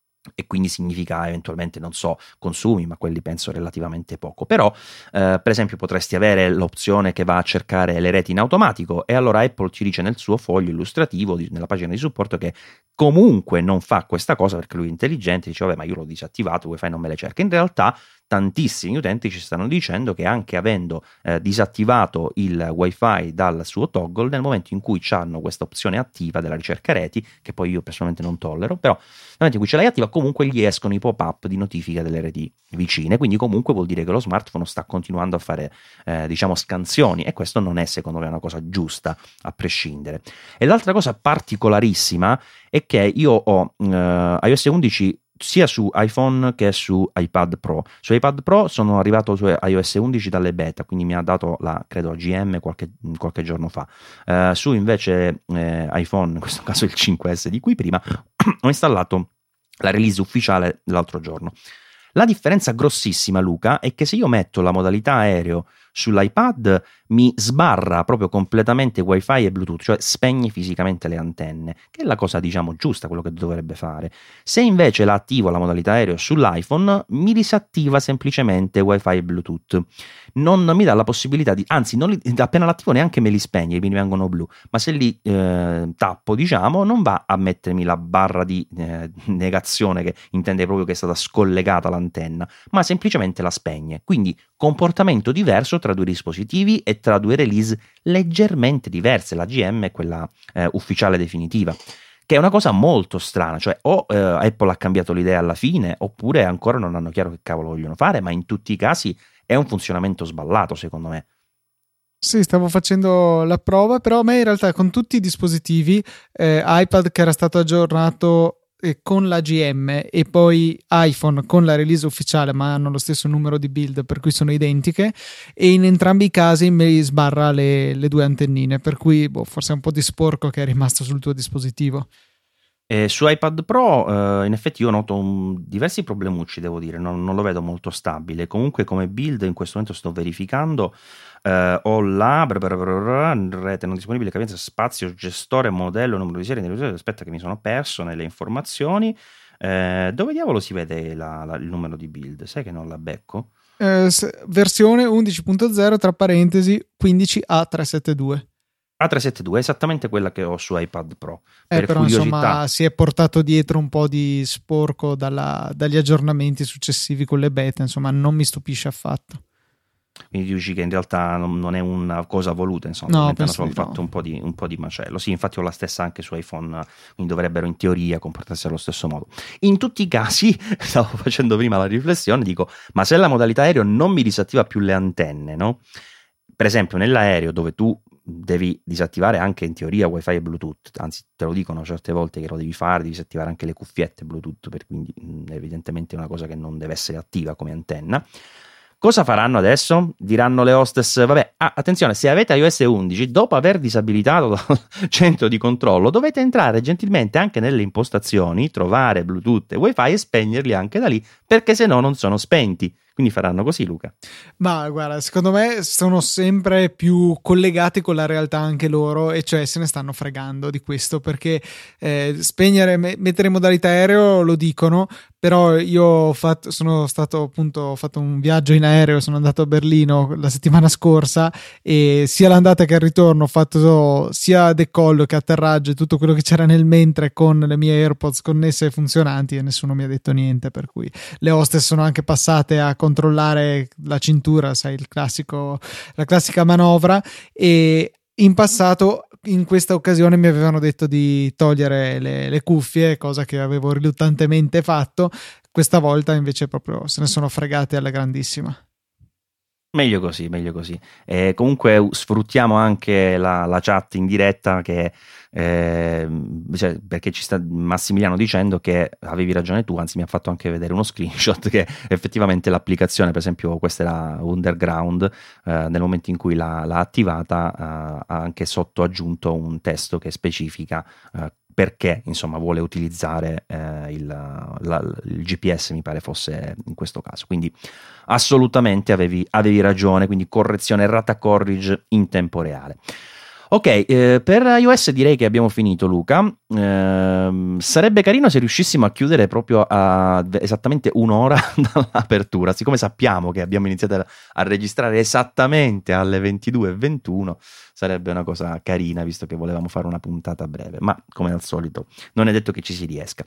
e quindi significa eventualmente, non so, consumi, ma quelli penso relativamente poco, però eh, per esempio potresti avere l'opzione che va a cercare le reti in automatico, e allora Apple ci dice nel suo foglio illustrativo, nella pagina di supporto, che comunque non fa questa cosa perché lui è intelligente, dice vabbè, ma io l'ho disattivato, Wi-Fi non me le cerca. In realtà tantissimi utenti ci stanno dicendo che anche avendo eh, disattivato il Wi-Fi dal suo toggle, nel momento in cui hanno questa opzione attiva della ricerca reti, che poi io personalmente non tollero, però nel momento in cui ce l'hai attiva comunque gli escono i pop-up di notifica delle reti vicine, quindi comunque vuol dire che lo smartphone sta continuando a fare eh, diciamo scansioni, e questo non è secondo me una cosa giusta a prescindere. E l'altra cosa particolarissima è che io ho eh, iOS undici sia su iPhone che su iPad Pro. Su iPad Pro sono arrivato su iOS undici dalle beta, quindi mi ha dato la, credo, A G M qualche, qualche giorno fa. Uh, su invece eh, iPhone, in questo caso il cinque S di cui prima, ho installato la release ufficiale l'altro giorno. La differenza grossissima, Luca, è che se io metto la modalità aereo sull'iPad mi sbarra proprio completamente Wi-Fi e Bluetooth, cioè spegne fisicamente le antenne, che è la cosa diciamo giusta, quello che dovrebbe fare. Se invece la attivo la modalità aereo sull'iPhone mi disattiva semplicemente Wi-Fi e Bluetooth, non mi dà la possibilità di, anzi non li, appena l'attivo neanche me li spegne, mi vengono blu, ma se li eh, tappo diciamo non va a mettermi la barra di eh, negazione, che intende proprio che è stata scollegata l'antenna, ma semplicemente la spegne. Quindi comportamento diverso tra due dispositivi e tra due release leggermente diverse, la G M e quella eh, ufficiale definitiva, che è una cosa molto strana, cioè o eh, Apple ha cambiato l'idea alla fine oppure ancora non hanno chiaro che cavolo vogliono fare, ma in tutti i casi è un funzionamento sballato secondo me. Sì, stavo facendo la prova, però a me in realtà con tutti i dispositivi eh, iPad che era stato aggiornato eh, con la G M e poi iPhone con la release ufficiale, ma hanno lo stesso numero di build per cui sono identiche, e in entrambi i casi mi sbarra le, le due antennine, per cui boh, forse è un po' di sporco che è rimasto sul tuo dispositivo. Eh, su iPad Pro eh, in effetti io noto un, diversi problemucci, devo dire, non, non lo vedo molto stabile. Comunque come build in questo momento sto verificando, eh, ho la rete non disponibile, capienza, spazio, gestore, modello, numero di serie, aspetta che mi sono perso nelle informazioni, eh, dove diavolo si vede la, la, il numero di build? Sai che non la becco? Eh, versione undici punto zero tra parentesi quindici A trecentosettantadue. A trecentosettantadue è esattamente quella che ho su iPad Pro. Eh, per però curiosità, insomma si è portato dietro un po' di sporco dalla, dagli aggiornamenti successivi con le beta, insomma non mi stupisce affatto. Quindi dici che in realtà non, non è una cosa voluta, insomma, no, hanno solo no. fatto un po, di, un po' di macello. Sì, infatti ho la stessa anche su iPhone, quindi dovrebbero in teoria comportarsi allo stesso modo. In tutti i casi, stavo facendo prima la riflessione, dico, ma se la modalità aereo non mi disattiva più le antenne, no? Per esempio nell'aereo dove tu devi disattivare anche in teoria Wi-Fi e Bluetooth, anzi te lo dicono certe volte che lo devi fare, devi disattivare anche le cuffiette Bluetooth, per quindi mh, evidentemente è una cosa che non deve essere attiva come antenna. Cosa faranno adesso? Diranno le hostess, vabbè, ah, attenzione, se avete iOS undici, dopo aver disabilitato dal centro di controllo, dovete entrare gentilmente anche nelle impostazioni, trovare Bluetooth e Wi-Fi e spegnerli anche da lì, perché se no non sono spenti. Quindi faranno così, Luca? Ma guarda, secondo me sono sempre più collegati con la realtà anche loro, e cioè se ne stanno fregando di questo, perché eh, spegnere, me- mettere in modalità aereo lo dicono, però io ho fatto, sono stato appunto, ho fatto un viaggio in aereo, sono andato a Berlino la settimana scorsa e sia l'andata che il ritorno ho fatto sia decollo che atterraggio e tutto quello che c'era nel mentre con le mie AirPods connesse e funzionanti, e nessuno mi ha detto niente, per cui le hostess sono anche passate a controllare la cintura, sai, il classico, la classica manovra, e in passato in questa occasione mi avevano detto di togliere le, le cuffie, cosa che avevo riluttantemente fatto. Questa volta invece proprio se ne sono fregate alla grandissima. Meglio così, meglio così. E comunque sfruttiamo anche la, la chat in diretta, che eh, cioè, perché ci sta Massimiliano dicendo che avevi ragione tu, anzi mi ha fatto anche vedere uno screenshot che effettivamente l'applicazione, per esempio questa era Underground, eh, nel momento in cui l'ha, l'ha attivata eh, ha anche sotto aggiunto un testo che specifica eh, perché insomma vuole utilizzare eh, il, la, il G P S, mi pare fosse in questo caso. Quindi assolutamente avevi, avevi ragione, quindi correzione, errata corrige in tempo reale. Ok, eh, per iOS direi che abbiamo finito, Luca. Eh, sarebbe carino se riuscissimo a chiudere proprio a esattamente un'ora dall'apertura, siccome sappiamo che abbiamo iniziato a, a registrare esattamente alle ventidue e ventuno, sarebbe una cosa carina, visto che volevamo fare una puntata breve, ma come al solito non è detto che ci si riesca.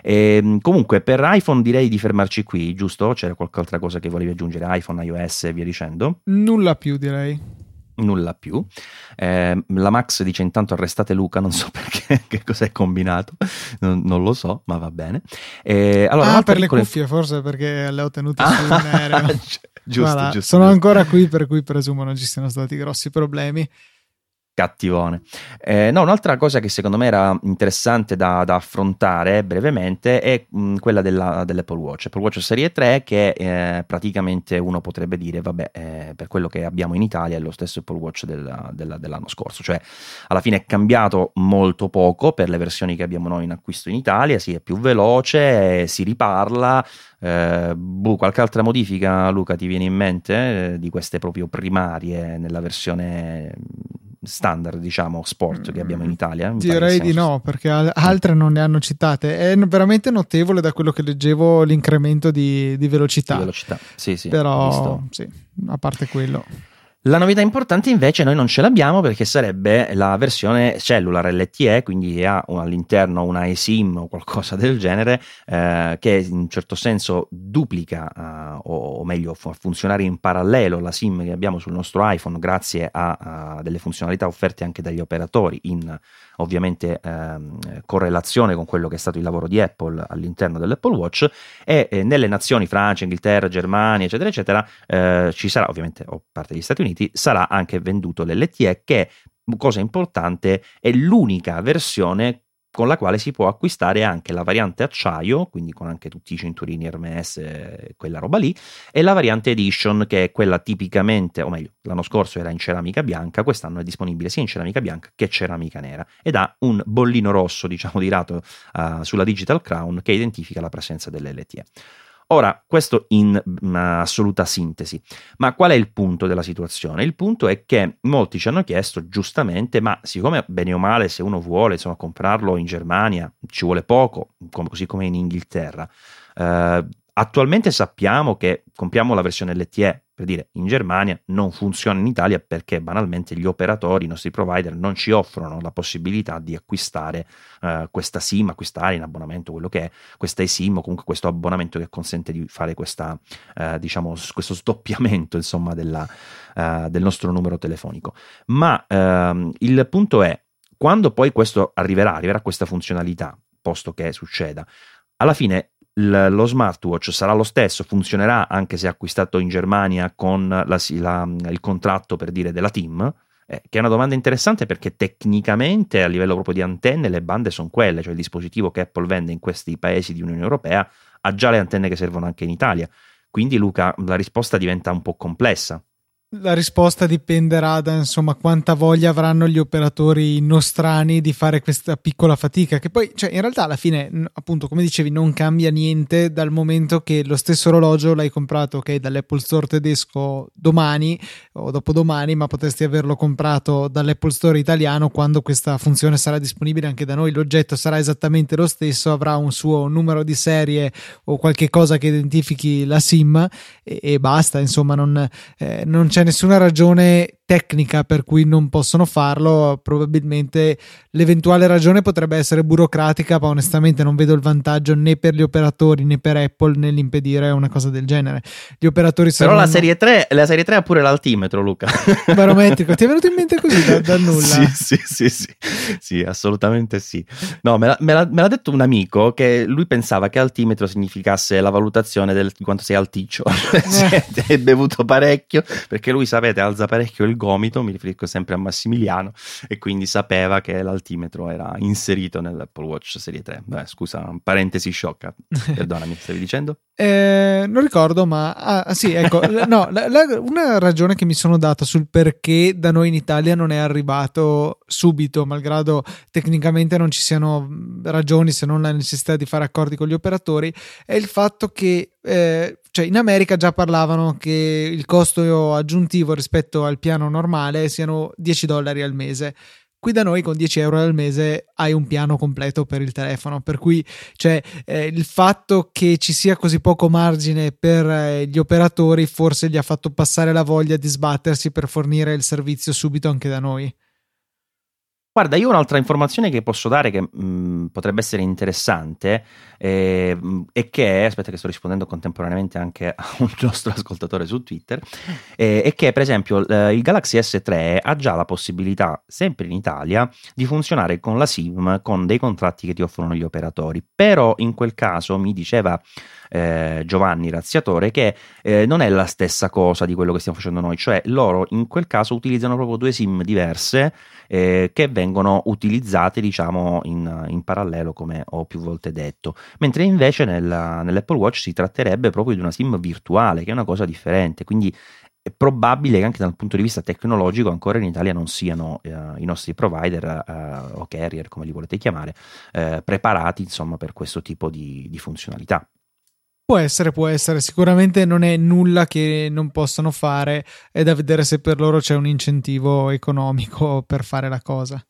E, comunque per iPhone direi di fermarci qui, giusto? C'era qualche altra cosa che volevi aggiungere? iPhone, iOS e via dicendo? Nulla più, direi. Nulla più. Eh, la Max dice intanto arrestate Luca, non so perché, che cos'è combinato, non, non lo so, ma va bene. Eh, allora, ah, per le piccole... cuffie forse, perché le ho tenute su in aereo. giusto, Guarda, giusto, sono giusto. ancora qui, per cui presumo non ci siano stati grossi problemi. Cattivone. Eh, no, un'altra cosa che secondo me era interessante da, da affrontare brevemente è mh, quella della, dell'Apple Watch. Apple Watch Serie tre, che eh, praticamente uno potrebbe dire, vabbè, eh, per quello che abbiamo in Italia è lo stesso Apple Watch della, della, dell'anno scorso, cioè alla fine è cambiato molto poco per le versioni che abbiamo noi in acquisto in Italia, si è più veloce, eh, si riparla. Eh, boh, qualche altra modifica, Luca, ti viene in mente eh, di queste proprio primarie nella versione standard, diciamo, sport che abbiamo in Italia? Mi Direi di no, perché altre non ne hanno citate. È veramente notevole, da quello che leggevo, l'incremento di, di velocità. Di velocità, sì, sì. Però, sì, a parte quello. La novità importante invece noi non ce l'abbiamo, perché sarebbe la versione cellular L T E, quindi ha all'interno una eSIM o qualcosa del genere eh, che in un certo senso duplica eh, o, o meglio fa funzionare in parallelo la SIM che abbiamo sul nostro iPhone, grazie a, a delle funzionalità offerte anche dagli operatori in ovviamente ehm, correlazione con quello che è stato il lavoro di Apple all'interno dell'Apple Watch, e eh, nelle nazioni Francia, Inghilterra, Germania eccetera eccetera eh, ci sarà, ovviamente o parte degli Stati Uniti, sarà anche venduto l'L T E, che, cosa importante, è l'unica versione con la quale si può acquistare anche la variante acciaio, quindi con anche tutti i cinturini Hermès, eh, quella roba lì, e la variante Edition, che è quella tipicamente, o meglio, l'anno scorso era in ceramica bianca, quest'anno è disponibile sia in ceramica bianca che ceramica nera, ed ha un bollino rosso, diciamo, dirato uh, sulla Digital Crown, che identifica la presenza dell'L T E. Ora, questo in uh, assoluta sintesi, ma qual è il punto della situazione? Il punto è che molti ci hanno chiesto giustamente, ma siccome bene o male se uno vuole insomma comprarlo in Germania ci vuole poco, com- così come in Inghilterra, uh, attualmente sappiamo che compriamo la versione L T E, per dire, in Germania non funziona in Italia perché banalmente gli operatori, i nostri provider, non ci offrono la possibilità di acquistare uh, questa SIM, acquistare in abbonamento quello che è questa eSIM, o comunque questo abbonamento che consente di fare questa, uh, diciamo, questo sdoppiamento insomma della, uh, del nostro numero telefonico. Ma uh, il punto è, quando poi questo arriverà, arriverà questa funzionalità, posto che succeda, alla fine lo smartwatch sarà lo stesso, funzionerà anche se acquistato in Germania con la, la, il contratto, per dire, della TIM, Eh, che è una domanda interessante, perché tecnicamente a livello proprio di antenne le bande sono quelle, cioè il dispositivo che Apple vende in questi paesi di Unione Europea ha già le antenne che servono anche in Italia. Quindi Luca, la risposta diventa un po' complessa. La risposta dipenderà da, insomma, quanta voglia avranno gli operatori nostrani di fare questa piccola fatica, che poi, cioè, in realtà alla fine, appunto, come dicevi, non cambia niente, dal momento che lo stesso orologio l'hai comprato, ok, dall'Apple Store tedesco domani o dopodomani, ma potresti averlo comprato dall'Apple Store italiano quando questa funzione sarà disponibile anche da noi. L'oggetto sarà esattamente lo stesso, avrà un suo numero di serie o qualche cosa che identifichi la SIM e, e basta, insomma, non, eh, non c'è c'è nessuna ragione tecnica per cui non possono farlo. Probabilmente l'eventuale ragione potrebbe essere burocratica, ma onestamente non vedo il vantaggio né per gli operatori né per Apple nell'impedire una cosa del genere. Gli operatori però la serie tre la serie tre ha pure l'altimetro, Luca. Barometrico, ti è venuto in mente così da, da nulla? Sì, sì, sì, sì, sì, assolutamente sì. No, me, la, me, la, me l'ha detto un amico, che lui pensava che altimetro significasse la valutazione del, di quanto sei alticcio. Eh. Hai bevuto parecchio, perché lui, sapete, alza parecchio il gomito, mi riferisco sempre a Massimiliano, e quindi sapeva che l'altimetro era inserito nell'Apple Watch Serie tre. Beh, scusa, parentesi sciocca, perdonami, stavi dicendo? Eh, non ricordo, ma ah, sì, ecco, no, la, la, una ragione che mi sono dato sul perché da noi in Italia non è arrivato subito, malgrado tecnicamente non ci siano ragioni se non la necessità di fare accordi con gli operatori, è il fatto che eh, cioè in America già parlavano che il costo aggiuntivo rispetto al piano normale siano dieci dollari al mese. Qui da noi con dieci euro al mese hai un piano completo per il telefono, per cui, cioè, eh, il fatto che ci sia così poco margine per eh, gli operatori forse gli ha fatto passare la voglia di sbattersi per fornire il servizio subito anche da noi. Guarda, io ho un'altra informazione che posso dare che mh, potrebbe essere interessante, eh, e che, aspetta che sto rispondendo contemporaneamente anche a un nostro ascoltatore su Twitter, eh, è che per esempio eh, il Galaxy S tre ha già la possibilità, sempre in Italia, di funzionare con la SIM, con dei contratti che ti offrono gli operatori, però in quel caso mi diceva eh, Giovanni Razziatore che eh, non è la stessa cosa di quello che stiamo facendo noi, cioè loro in quel caso utilizzano proprio due SIM diverse, Eh, che vengono utilizzate, diciamo, in, in parallelo, come ho più volte detto, mentre invece nella, nell'Apple Watch si tratterebbe proprio di una SIM virtuale, che è una cosa differente. Quindi è probabile che anche dal punto di vista tecnologico ancora in Italia non siano eh, i nostri provider eh, o carrier, come li volete chiamare, eh, preparati, insomma, per questo tipo di, di funzionalità. Può essere, può essere, sicuramente non è nulla che non possano fare, è da vedere se per loro c'è un incentivo economico per fare la cosa.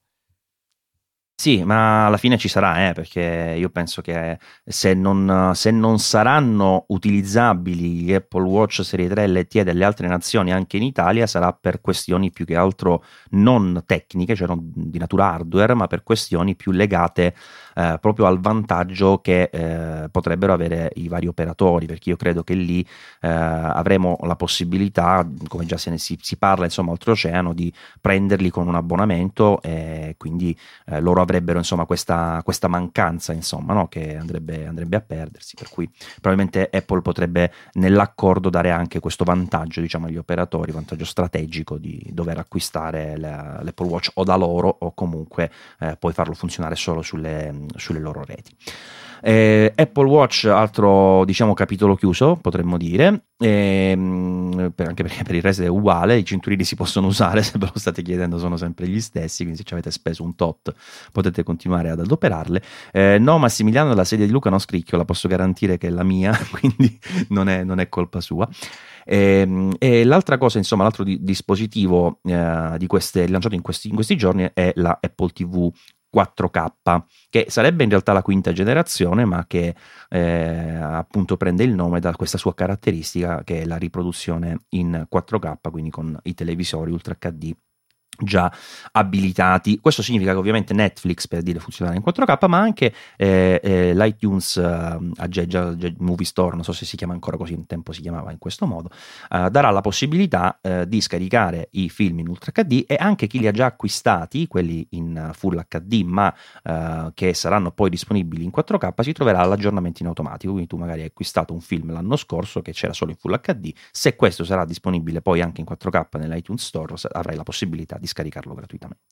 Sì, ma alla fine ci sarà, eh, perché io penso che se non, se non saranno utilizzabili gli Apple Watch Serie tre L T E delle altre nazioni anche in Italia, sarà per questioni più che altro non tecniche, cioè non di natura hardware, ma per questioni più legate eh, proprio al vantaggio che eh, potrebbero avere i vari operatori, perché io credo che lì eh, avremo la possibilità, come già se ne si, si parla, insomma, oltreoceano, di prenderli con un abbonamento, e quindi eh, loro avrebbero, insomma, questa, questa mancanza, insomma, no? Che andrebbe, andrebbe a perdersi, per cui probabilmente Apple potrebbe nell'accordo dare anche questo vantaggio, diciamo, agli operatori, vantaggio strategico di dover acquistare la, l'Apple Watch o da loro o comunque eh, poi farlo funzionare solo sulle, sulle loro reti. Eh, Apple Watch, altro, diciamo, capitolo chiuso, potremmo dire, eh, per, anche perché per il resto è uguale, i cinturini si possono usare, se ve lo state chiedendo sono sempre gli stessi, quindi se ci avete speso un tot potete continuare ad adoperarle. Eh, no, Massimiliano, la sedia di Luca non scricchiola, posso garantire che è la mia, quindi non è, non è colpa sua. E, e l'altra cosa, insomma, l'altro di, dispositivo eh, di queste, lanciato in questi, in questi giorni è la Apple T V quattro K, che sarebbe in realtà la quinta generazione, ma che eh, appunto prende il nome da questa sua caratteristica, che è la riproduzione in quattro K, quindi con i televisori Ultra H D già abilitati. Questo significa che ovviamente Netflix, per dire, funzionerà in quattro K, ma anche eh, eh, l'iTunes eh, Aggegia Movie Store, non so se si chiama ancora così, un tempo si chiamava in questo modo, eh, darà la possibilità eh, di scaricare i film in Ultra H D, e anche chi li ha già acquistati, quelli in Full H D ma eh, che saranno poi disponibili in quattro K, si troverà l'aggiornamento in automatico. Quindi tu magari hai acquistato un film l'anno scorso che c'era solo in Full H D, se questo sarà disponibile poi anche in quattro K nell'iTunes Store, avrai la possibilità di scaricarlo gratuitamente.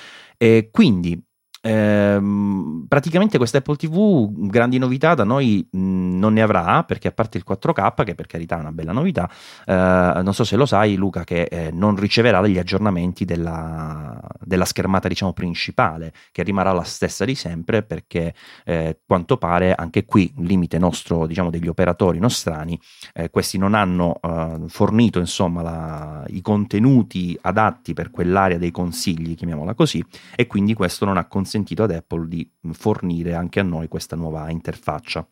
E quindi Ehm, praticamente questa Apple ti vu grandi novità da noi mh, non ne avrà, perché a parte il quattro K, che per carità è una bella novità, eh, non so se lo sai Luca, che eh, non riceverà degli aggiornamenti della, della schermata diciamo principale, che rimarrà la stessa di sempre, perché eh, quanto pare anche qui un limite nostro, diciamo degli operatori nostrani, eh, questi non hanno eh, fornito insomma la, i contenuti adatti per quell'area dei consigli, chiamiamola così, e quindi questo non ha consentito consentito ad Apple di fornire anche a noi questa nuova interfaccia.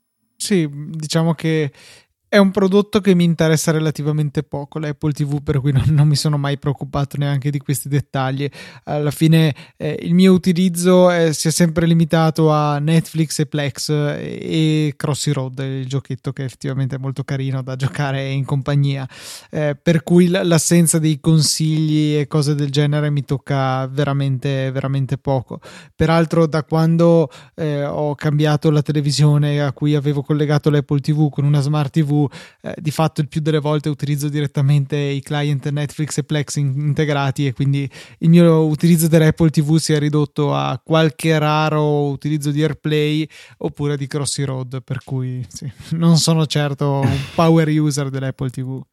Sì, diciamo che è un prodotto che mi interessa relativamente poco, l'Apple ti vu, per cui non, non mi sono mai preoccupato neanche di questi dettagli. Alla fine eh, il mio utilizzo è, si è sempre limitato a Netflix e Plex e, e Crossy Road, il giochetto che effettivamente è molto carino da giocare in compagnia, eh, per cui l'assenza dei consigli e cose del genere mi tocca veramente veramente poco. Peraltro da quando eh, ho cambiato la televisione a cui avevo collegato l'Apple ti vu con una Smart ti vu, Eh, di fatto il più delle volte utilizzo direttamente i client Netflix e Plex in- integrati, e quindi il mio utilizzo dell'Apple ti vu si è ridotto a qualche raro utilizzo di AirPlay oppure di Crossy Road, per cui sì, non sono certo un power user dell'Apple ti vu.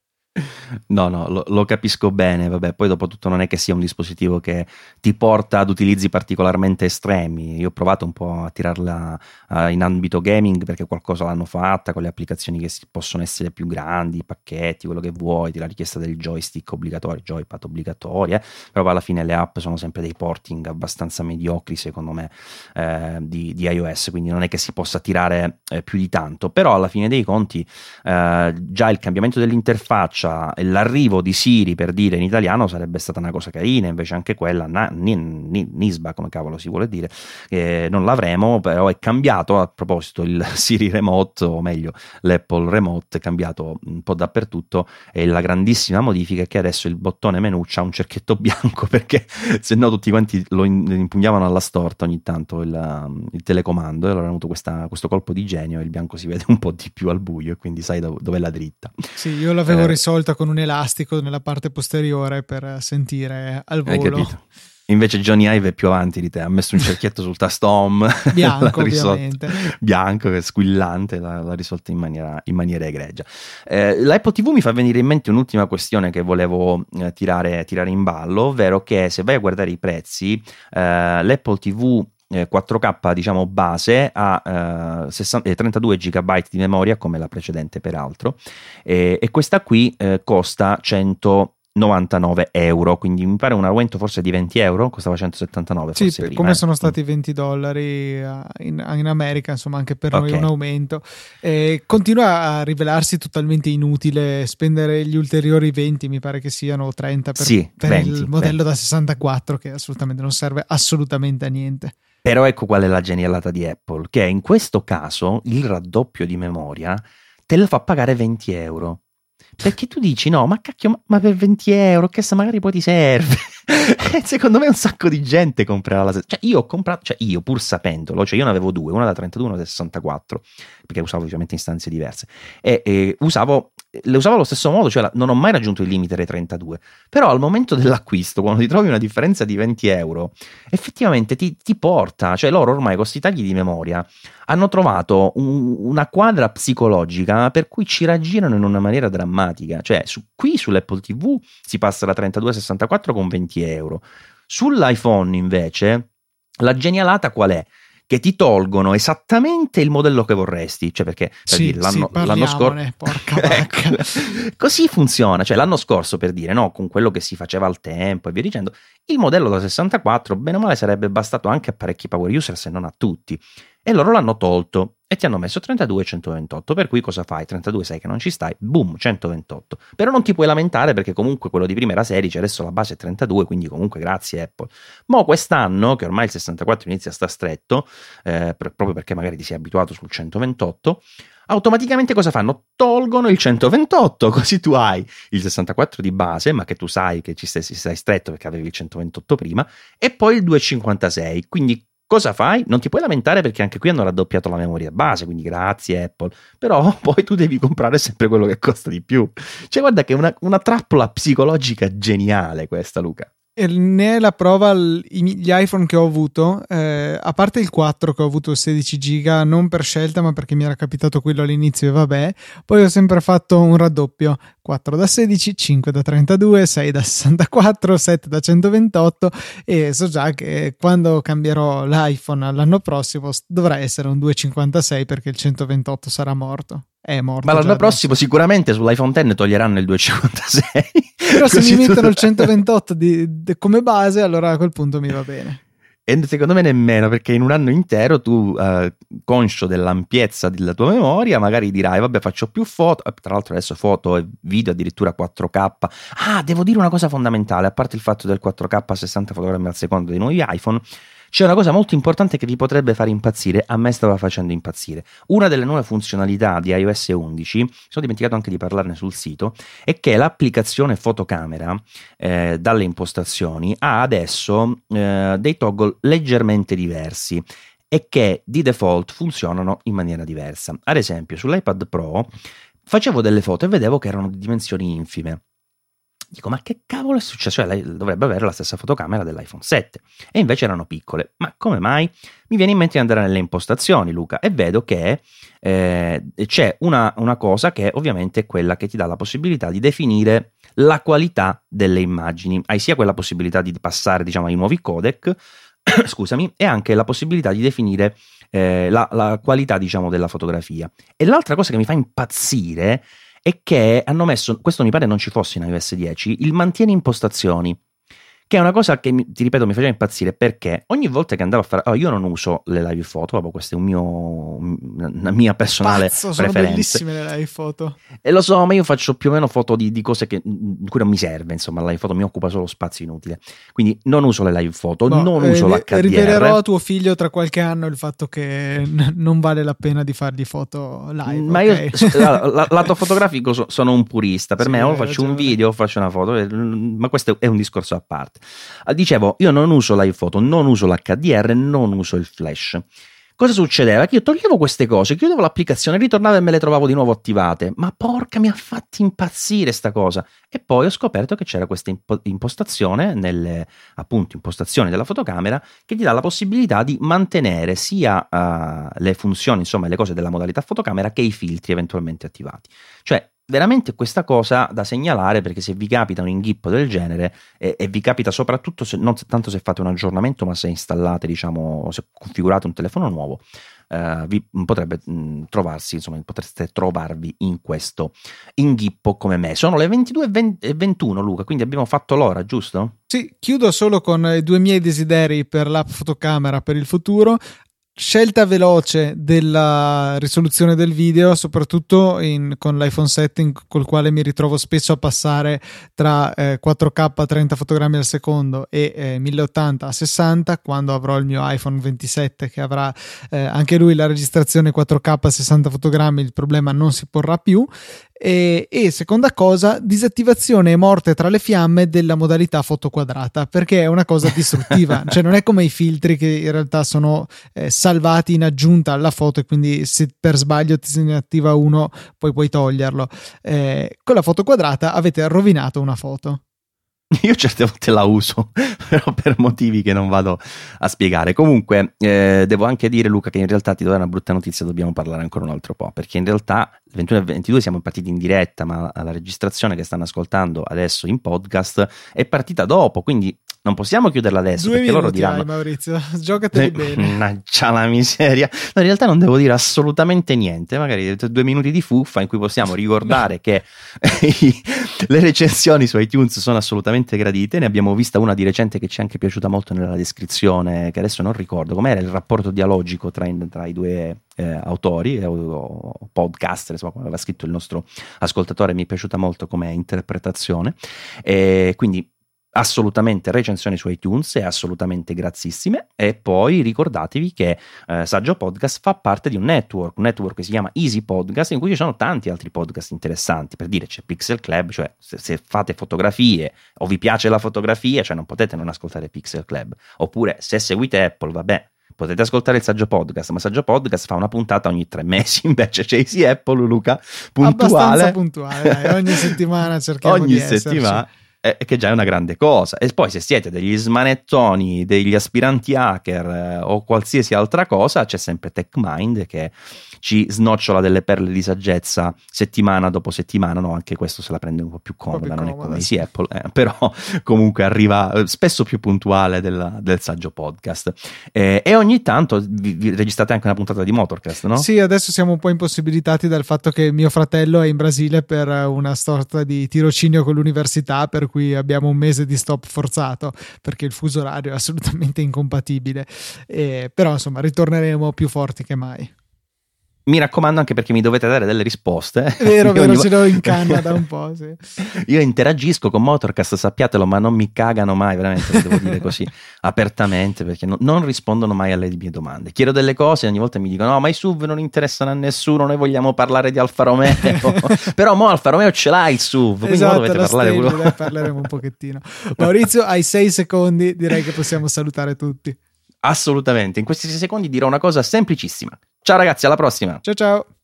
No, no, lo, lo capisco bene, vabbè, poi dopo tutto non è che sia un dispositivo che ti porta ad utilizzi particolarmente estremi. Io ho provato un po' a tirarla uh, in ambito gaming, perché qualcosa l'hanno fatta con le applicazioni che si, possono essere più grandi, i pacchetti, quello che vuoi, la richiesta del joystick obbligatorio, joypad obbligatoria, eh, però alla fine le app sono sempre dei porting abbastanza mediocri secondo me eh, di, di iOS, quindi non è che si possa tirare eh, più di tanto, però alla fine dei conti eh, già il cambiamento dell'interfaccia e l'arrivo di Siri, per dire in italiano, sarebbe stata una cosa carina, invece anche quella na, ni, ni, Nisba, come cavolo si vuole dire, eh, non l'avremo, però è cambiato. A proposito, il Siri Remote, o meglio l'Apple Remote, è cambiato un po' dappertutto, e la grandissima modifica è che adesso il bottone menu c'ha un cerchietto bianco, perché se no tutti quanti lo impugnavano alla storta ogni tanto il, il telecomando, e allora hanno avuto questa, questo colpo di genio, e il bianco si vede un po' di più al buio e quindi sai dov- dov'è la dritta. Sì, io l'avevo eh, risolta con un elastico nella parte posteriore per sentire al volo. Invece Johnny Ive è più avanti di te, ha messo un cerchietto sul tasto home bianco ovviamente, bianco, che è squillante, l'ha, l'ha risolto in maniera, in maniera egregia. Eh, L'Apple ti vu mi fa venire in mente un'ultima questione che volevo eh, tirare, tirare in ballo, ovvero che se vai a guardare i prezzi, eh, l'Apple ti vu quattro K diciamo base ha eh, trentadue giga di memoria, come la precedente peraltro, e, e questa qui eh, costa centonovantanove euro, quindi mi pare un aumento forse di venti euro, costava centosettantanove sì, forse prima, come eh. sono stati venti dollari in, in America, insomma anche per noi okay. Un aumento, e continua a rivelarsi totalmente inutile spendere gli ulteriori venti, mi pare che siano trenta per, sì, per venti, il modello venti. Da sessantaquattro, che assolutamente non serve assolutamente a niente. Però ecco qual è la genialata di Apple, che in questo caso il raddoppio di memoria te lo fa pagare venti euro. Perché tu dici no, ma cacchio, ma, ma per venti euro che se magari poi ti serve. Secondo me un sacco di gente comprerà la, cioè io ho comprato, cioè io pur sapendolo, cioè io ne avevo due, una da trentadue e una da sessantaquattro, perché usavo ovviamente istanze diverse, e, e usavo le usavo allo stesso modo, cioè la, non ho mai raggiunto il limite dei trentadue, però al momento dell'acquisto, quando ti trovi una differenza di venti euro, effettivamente ti, ti porta, cioè loro ormai con questi tagli di memoria hanno trovato un, una quadra psicologica per cui ci raggirano in una maniera drammatica, cioè su, qui sull'Apple ti vu si passa da trentadue a sessantaquattro con venti euro, sull'iPhone invece la genialata qual è? Che ti tolgono esattamente il modello che vorresti, cioè perché per sì, dire, l'anno, sì, l'anno scorso porca vacca. Così funziona, cioè l'anno scorso, per dire, no, con quello che si faceva al tempo e via dicendo, il modello da sessantaquattro bene o male sarebbe bastato anche a parecchi power user, se non a tutti, e loro l'hanno tolto e ti hanno messo trentadue e centoventotto, per cui cosa fai? trentadue sai che non ci stai, boom, centoventotto, però non ti puoi lamentare perché comunque quello di prima era sedici, adesso la base è trentadue, quindi comunque grazie Apple. Mo quest'anno, che ormai il sessantaquattro inizia a sta stretto, eh, per, proprio perché magari ti sei abituato sul centoventotto, automaticamente cosa fanno? Tolgono il centoventotto, così tu hai il sessantaquattro di base, ma che tu sai che ci stai, stai stretto perché avevi il centoventotto prima, e poi il duecentocinquantasei, quindi cosa fai? Non ti puoi lamentare perché anche qui hanno raddoppiato la memoria base, quindi grazie Apple, però poi tu devi comprare sempre quello che costa di più. Cioè guarda che è una, una trappola psicologica geniale questa, Luca. ne è la prova gli iPhone che ho avuto, eh, a parte il quattro che ho avuto sedici giga, non per scelta ma perché mi era capitato quello all'inizio e vabbè, poi ho sempre fatto un raddoppio, quattro da sedici, cinque da trentadue, sei da sessantaquattro, sette da centoventotto, e so già che quando cambierò l'iPhone l'anno prossimo dovrà essere un duecentocinquantasei perché il centoventotto sarà morto. È morto. Ma l'anno adesso. prossimo sicuramente sull'iPhone X toglieranno il duecentocinquantasei. Però se mi mettono il centoventotto di, di, come base, allora a quel punto mi va bene. E secondo me nemmeno, perché in un anno intero tu, eh, conscio dell'ampiezza della tua memoria, magari dirai vabbè faccio più foto, tra l'altro adesso foto e video addirittura quattro K. Ah, devo dire una cosa fondamentale, a parte il fatto del quattro K a sessanta fotogrammi al secondo dei nuovi iPhone, c'è una cosa molto importante che vi potrebbe fare impazzire, a me stava facendo impazzire. Una delle nuove funzionalità di iOS undici, mi sono dimenticato anche di parlarne sul sito, è che l'applicazione fotocamera eh, dalle impostazioni ha adesso eh, dei toggle leggermente diversi e che di default funzionano in maniera diversa. Ad esempio sull'iPad Pro facevo delle foto e vedevo che erano di dimensioni infime. Dico, ma che cavolo è successo? Cioè, lei dovrebbe avere la stessa fotocamera dell'iPhone sette e invece erano piccole. Ma come mai? Mi viene in mente di andare nelle impostazioni, Luca, e vedo che eh, c'è una, una cosa che ovviamente è quella che ti dà la possibilità di definire la qualità delle immagini. Hai sia quella possibilità di passare, diciamo, ai nuovi codec, scusami, e anche la possibilità di definire eh, la, la qualità, diciamo, della fotografia. E l'altra cosa che mi fa impazzire è che hanno messo, questo mi pare non ci fosse in iOS dieci, il mantieni impostazioni, che è una cosa che, ti ripeto, mi faceva impazzire, perché ogni volta che andavo a fare, oh, io non uso le live foto, proprio questo è un mio, una mia personale Pazzo, preferenza. Sono bellissime le live foto. E lo so, ma io faccio più o meno foto di, di cose che, in cui non mi serve, insomma, la live foto mi occupa solo spazio inutile, quindi non uso le live foto, no, non uso eh, l'H D R. Rivelerò a tuo figlio tra qualche anno il fatto che n- non vale la pena di fargli foto live. Ma okay? io la, lato fotografico so, sono un purista, per sì, me o faccio un video o faccio una foto, ma questo è un discorso a parte. Dicevo, io non uso l'iPhoto, non uso l'H D R, non uso il flash. Cosa succedeva? Che io toglievo queste cose, chiudevo l'applicazione, ritornavo e me le trovavo di nuovo attivate. Ma porca, mi ha fatto impazzire sta cosa. E poi ho scoperto che c'era questa impo- impostazione nelle, appunto, impostazioni della fotocamera che ti dà la possibilità di mantenere sia uh, le funzioni, insomma, le cose della modalità fotocamera che i filtri eventualmente attivati. Cioè, veramente questa cosa da segnalare, perché se vi capita un inghippo del genere e, e vi capita soprattutto se, non tanto se fate un aggiornamento, ma se installate, diciamo, se configurate un telefono nuovo, eh, vi potrebbe mh, trovarsi, insomma, potreste trovarvi in questo inghippo come me. Sono le ventidue e ventuno, Luca, quindi abbiamo fatto l'ora, giusto? Sì, chiudo solo con i due miei desideri per l'app fotocamera per il futuro. Scelta veloce della risoluzione del video, soprattutto in, con l'iPhone sette, col quale mi ritrovo spesso a passare tra eh, quattro K a trenta fotogrammi al secondo e eh, mille ottanta a sessanta. Quando avrò il mio iPhone ventisette, che avrà eh, anche lui la registrazione quattro K a sessanta fotogrammi, il problema non si porrà più. E, e seconda cosa, disattivazione e morte tra le fiamme della modalità foto quadrata, perché è una cosa distruttiva. Cioè non è come i filtri che in realtà sono eh, salvati in aggiunta alla foto, e quindi se per sbaglio ti se ne attiva uno poi puoi toglierlo. Eh, con la foto quadrata avete rovinato una foto. Io certe volte la uso, però per motivi che non vado a spiegare. Comunque eh, devo anche dire, Luca, che in realtà ti do una brutta notizia, dobbiamo parlare ancora un altro po', perché in realtà il ventuno e ventidue siamo partiti in diretta, ma la registrazione che stanno ascoltando adesso in podcast è partita dopo, quindi non possiamo chiuderla adesso. Due perché minuti loro diranno, hai, Maurizio, giocateli bene. Mannaggia la miseria. No, in realtà non devo dire assolutamente niente, magari due minuti di fuffa in cui possiamo ricordare che le recensioni su iTunes sono assolutamente gradite. Ne abbiamo vista una di recente che ci è anche piaciuta molto nella descrizione, che adesso non ricordo com'era, il rapporto dialogico tra, in, tra i due eh, autori o, o podcaster, insomma, come aveva scritto il nostro ascoltatore. Mi è piaciuta molto come interpretazione, e quindi assolutamente recensioni su iTunes e assolutamente grazissime. E poi ricordatevi che eh, Saggio Podcast fa parte di un network, un network che si chiama Easy Podcast, in cui ci sono tanti altri podcast interessanti. Per dire, c'è Pixel Club, cioè se, se fate fotografie o vi piace la fotografia, cioè non potete non ascoltare Pixel Club. Oppure se seguite Apple, vabbè, potete ascoltare il Saggio Podcast, ma Saggio Podcast fa una puntata ogni tre mesi, invece c'è Easy Apple, Luca, puntuale. Abbastanza puntuale, dai. Ogni settimana cerchiamo ogni di esserci. settimana. eh, che già è una grande cosa. E poi se siete degli smanettoni, degli aspiranti hacker eh, o qualsiasi altra cosa, c'è sempre TechMind che ci snocciola delle perle di saggezza settimana dopo settimana. No, anche questo se la prende un po' più comoda, più non comoda, è come sì. Easy Apple, eh, però comunque arriva spesso più puntuale del, del saggio podcast. Eh, e ogni tanto vi, vi registrate anche una puntata di Motorcast, no? Sì, adesso siamo un po' impossibilitati dal fatto che mio fratello è in Brasile per una sorta di tirocinio con l'università, per cui abbiamo un mese di stop forzato perché il fuso orario è assolutamente incompatibile. Eh, però insomma ritorneremo più forti che mai. Mi raccomando, anche perché mi dovete dare delle risposte. È vero, vero, ogni... ce l'ho in canna da un po', sì. Io interagisco con Motorcast, sappiatelo, ma non mi cagano mai, veramente, lo devo dire così apertamente, perché no, non rispondono mai alle mie domande. Chiedo delle cose e ogni volta mi dicono no, ma i S U V non interessano a nessuno, noi vogliamo parlare di Alfa Romeo. Però mo Alfa Romeo ce l'ha il S U V, quindi esatto, dovete parlare stage, dai, parleremo un pochettino. Maurizio, hai sei secondi, direi che possiamo salutare tutti. Assolutamente, in questi sei secondi dirò una cosa semplicissima. Ciao ragazzi, alla prossima. Ciao ciao.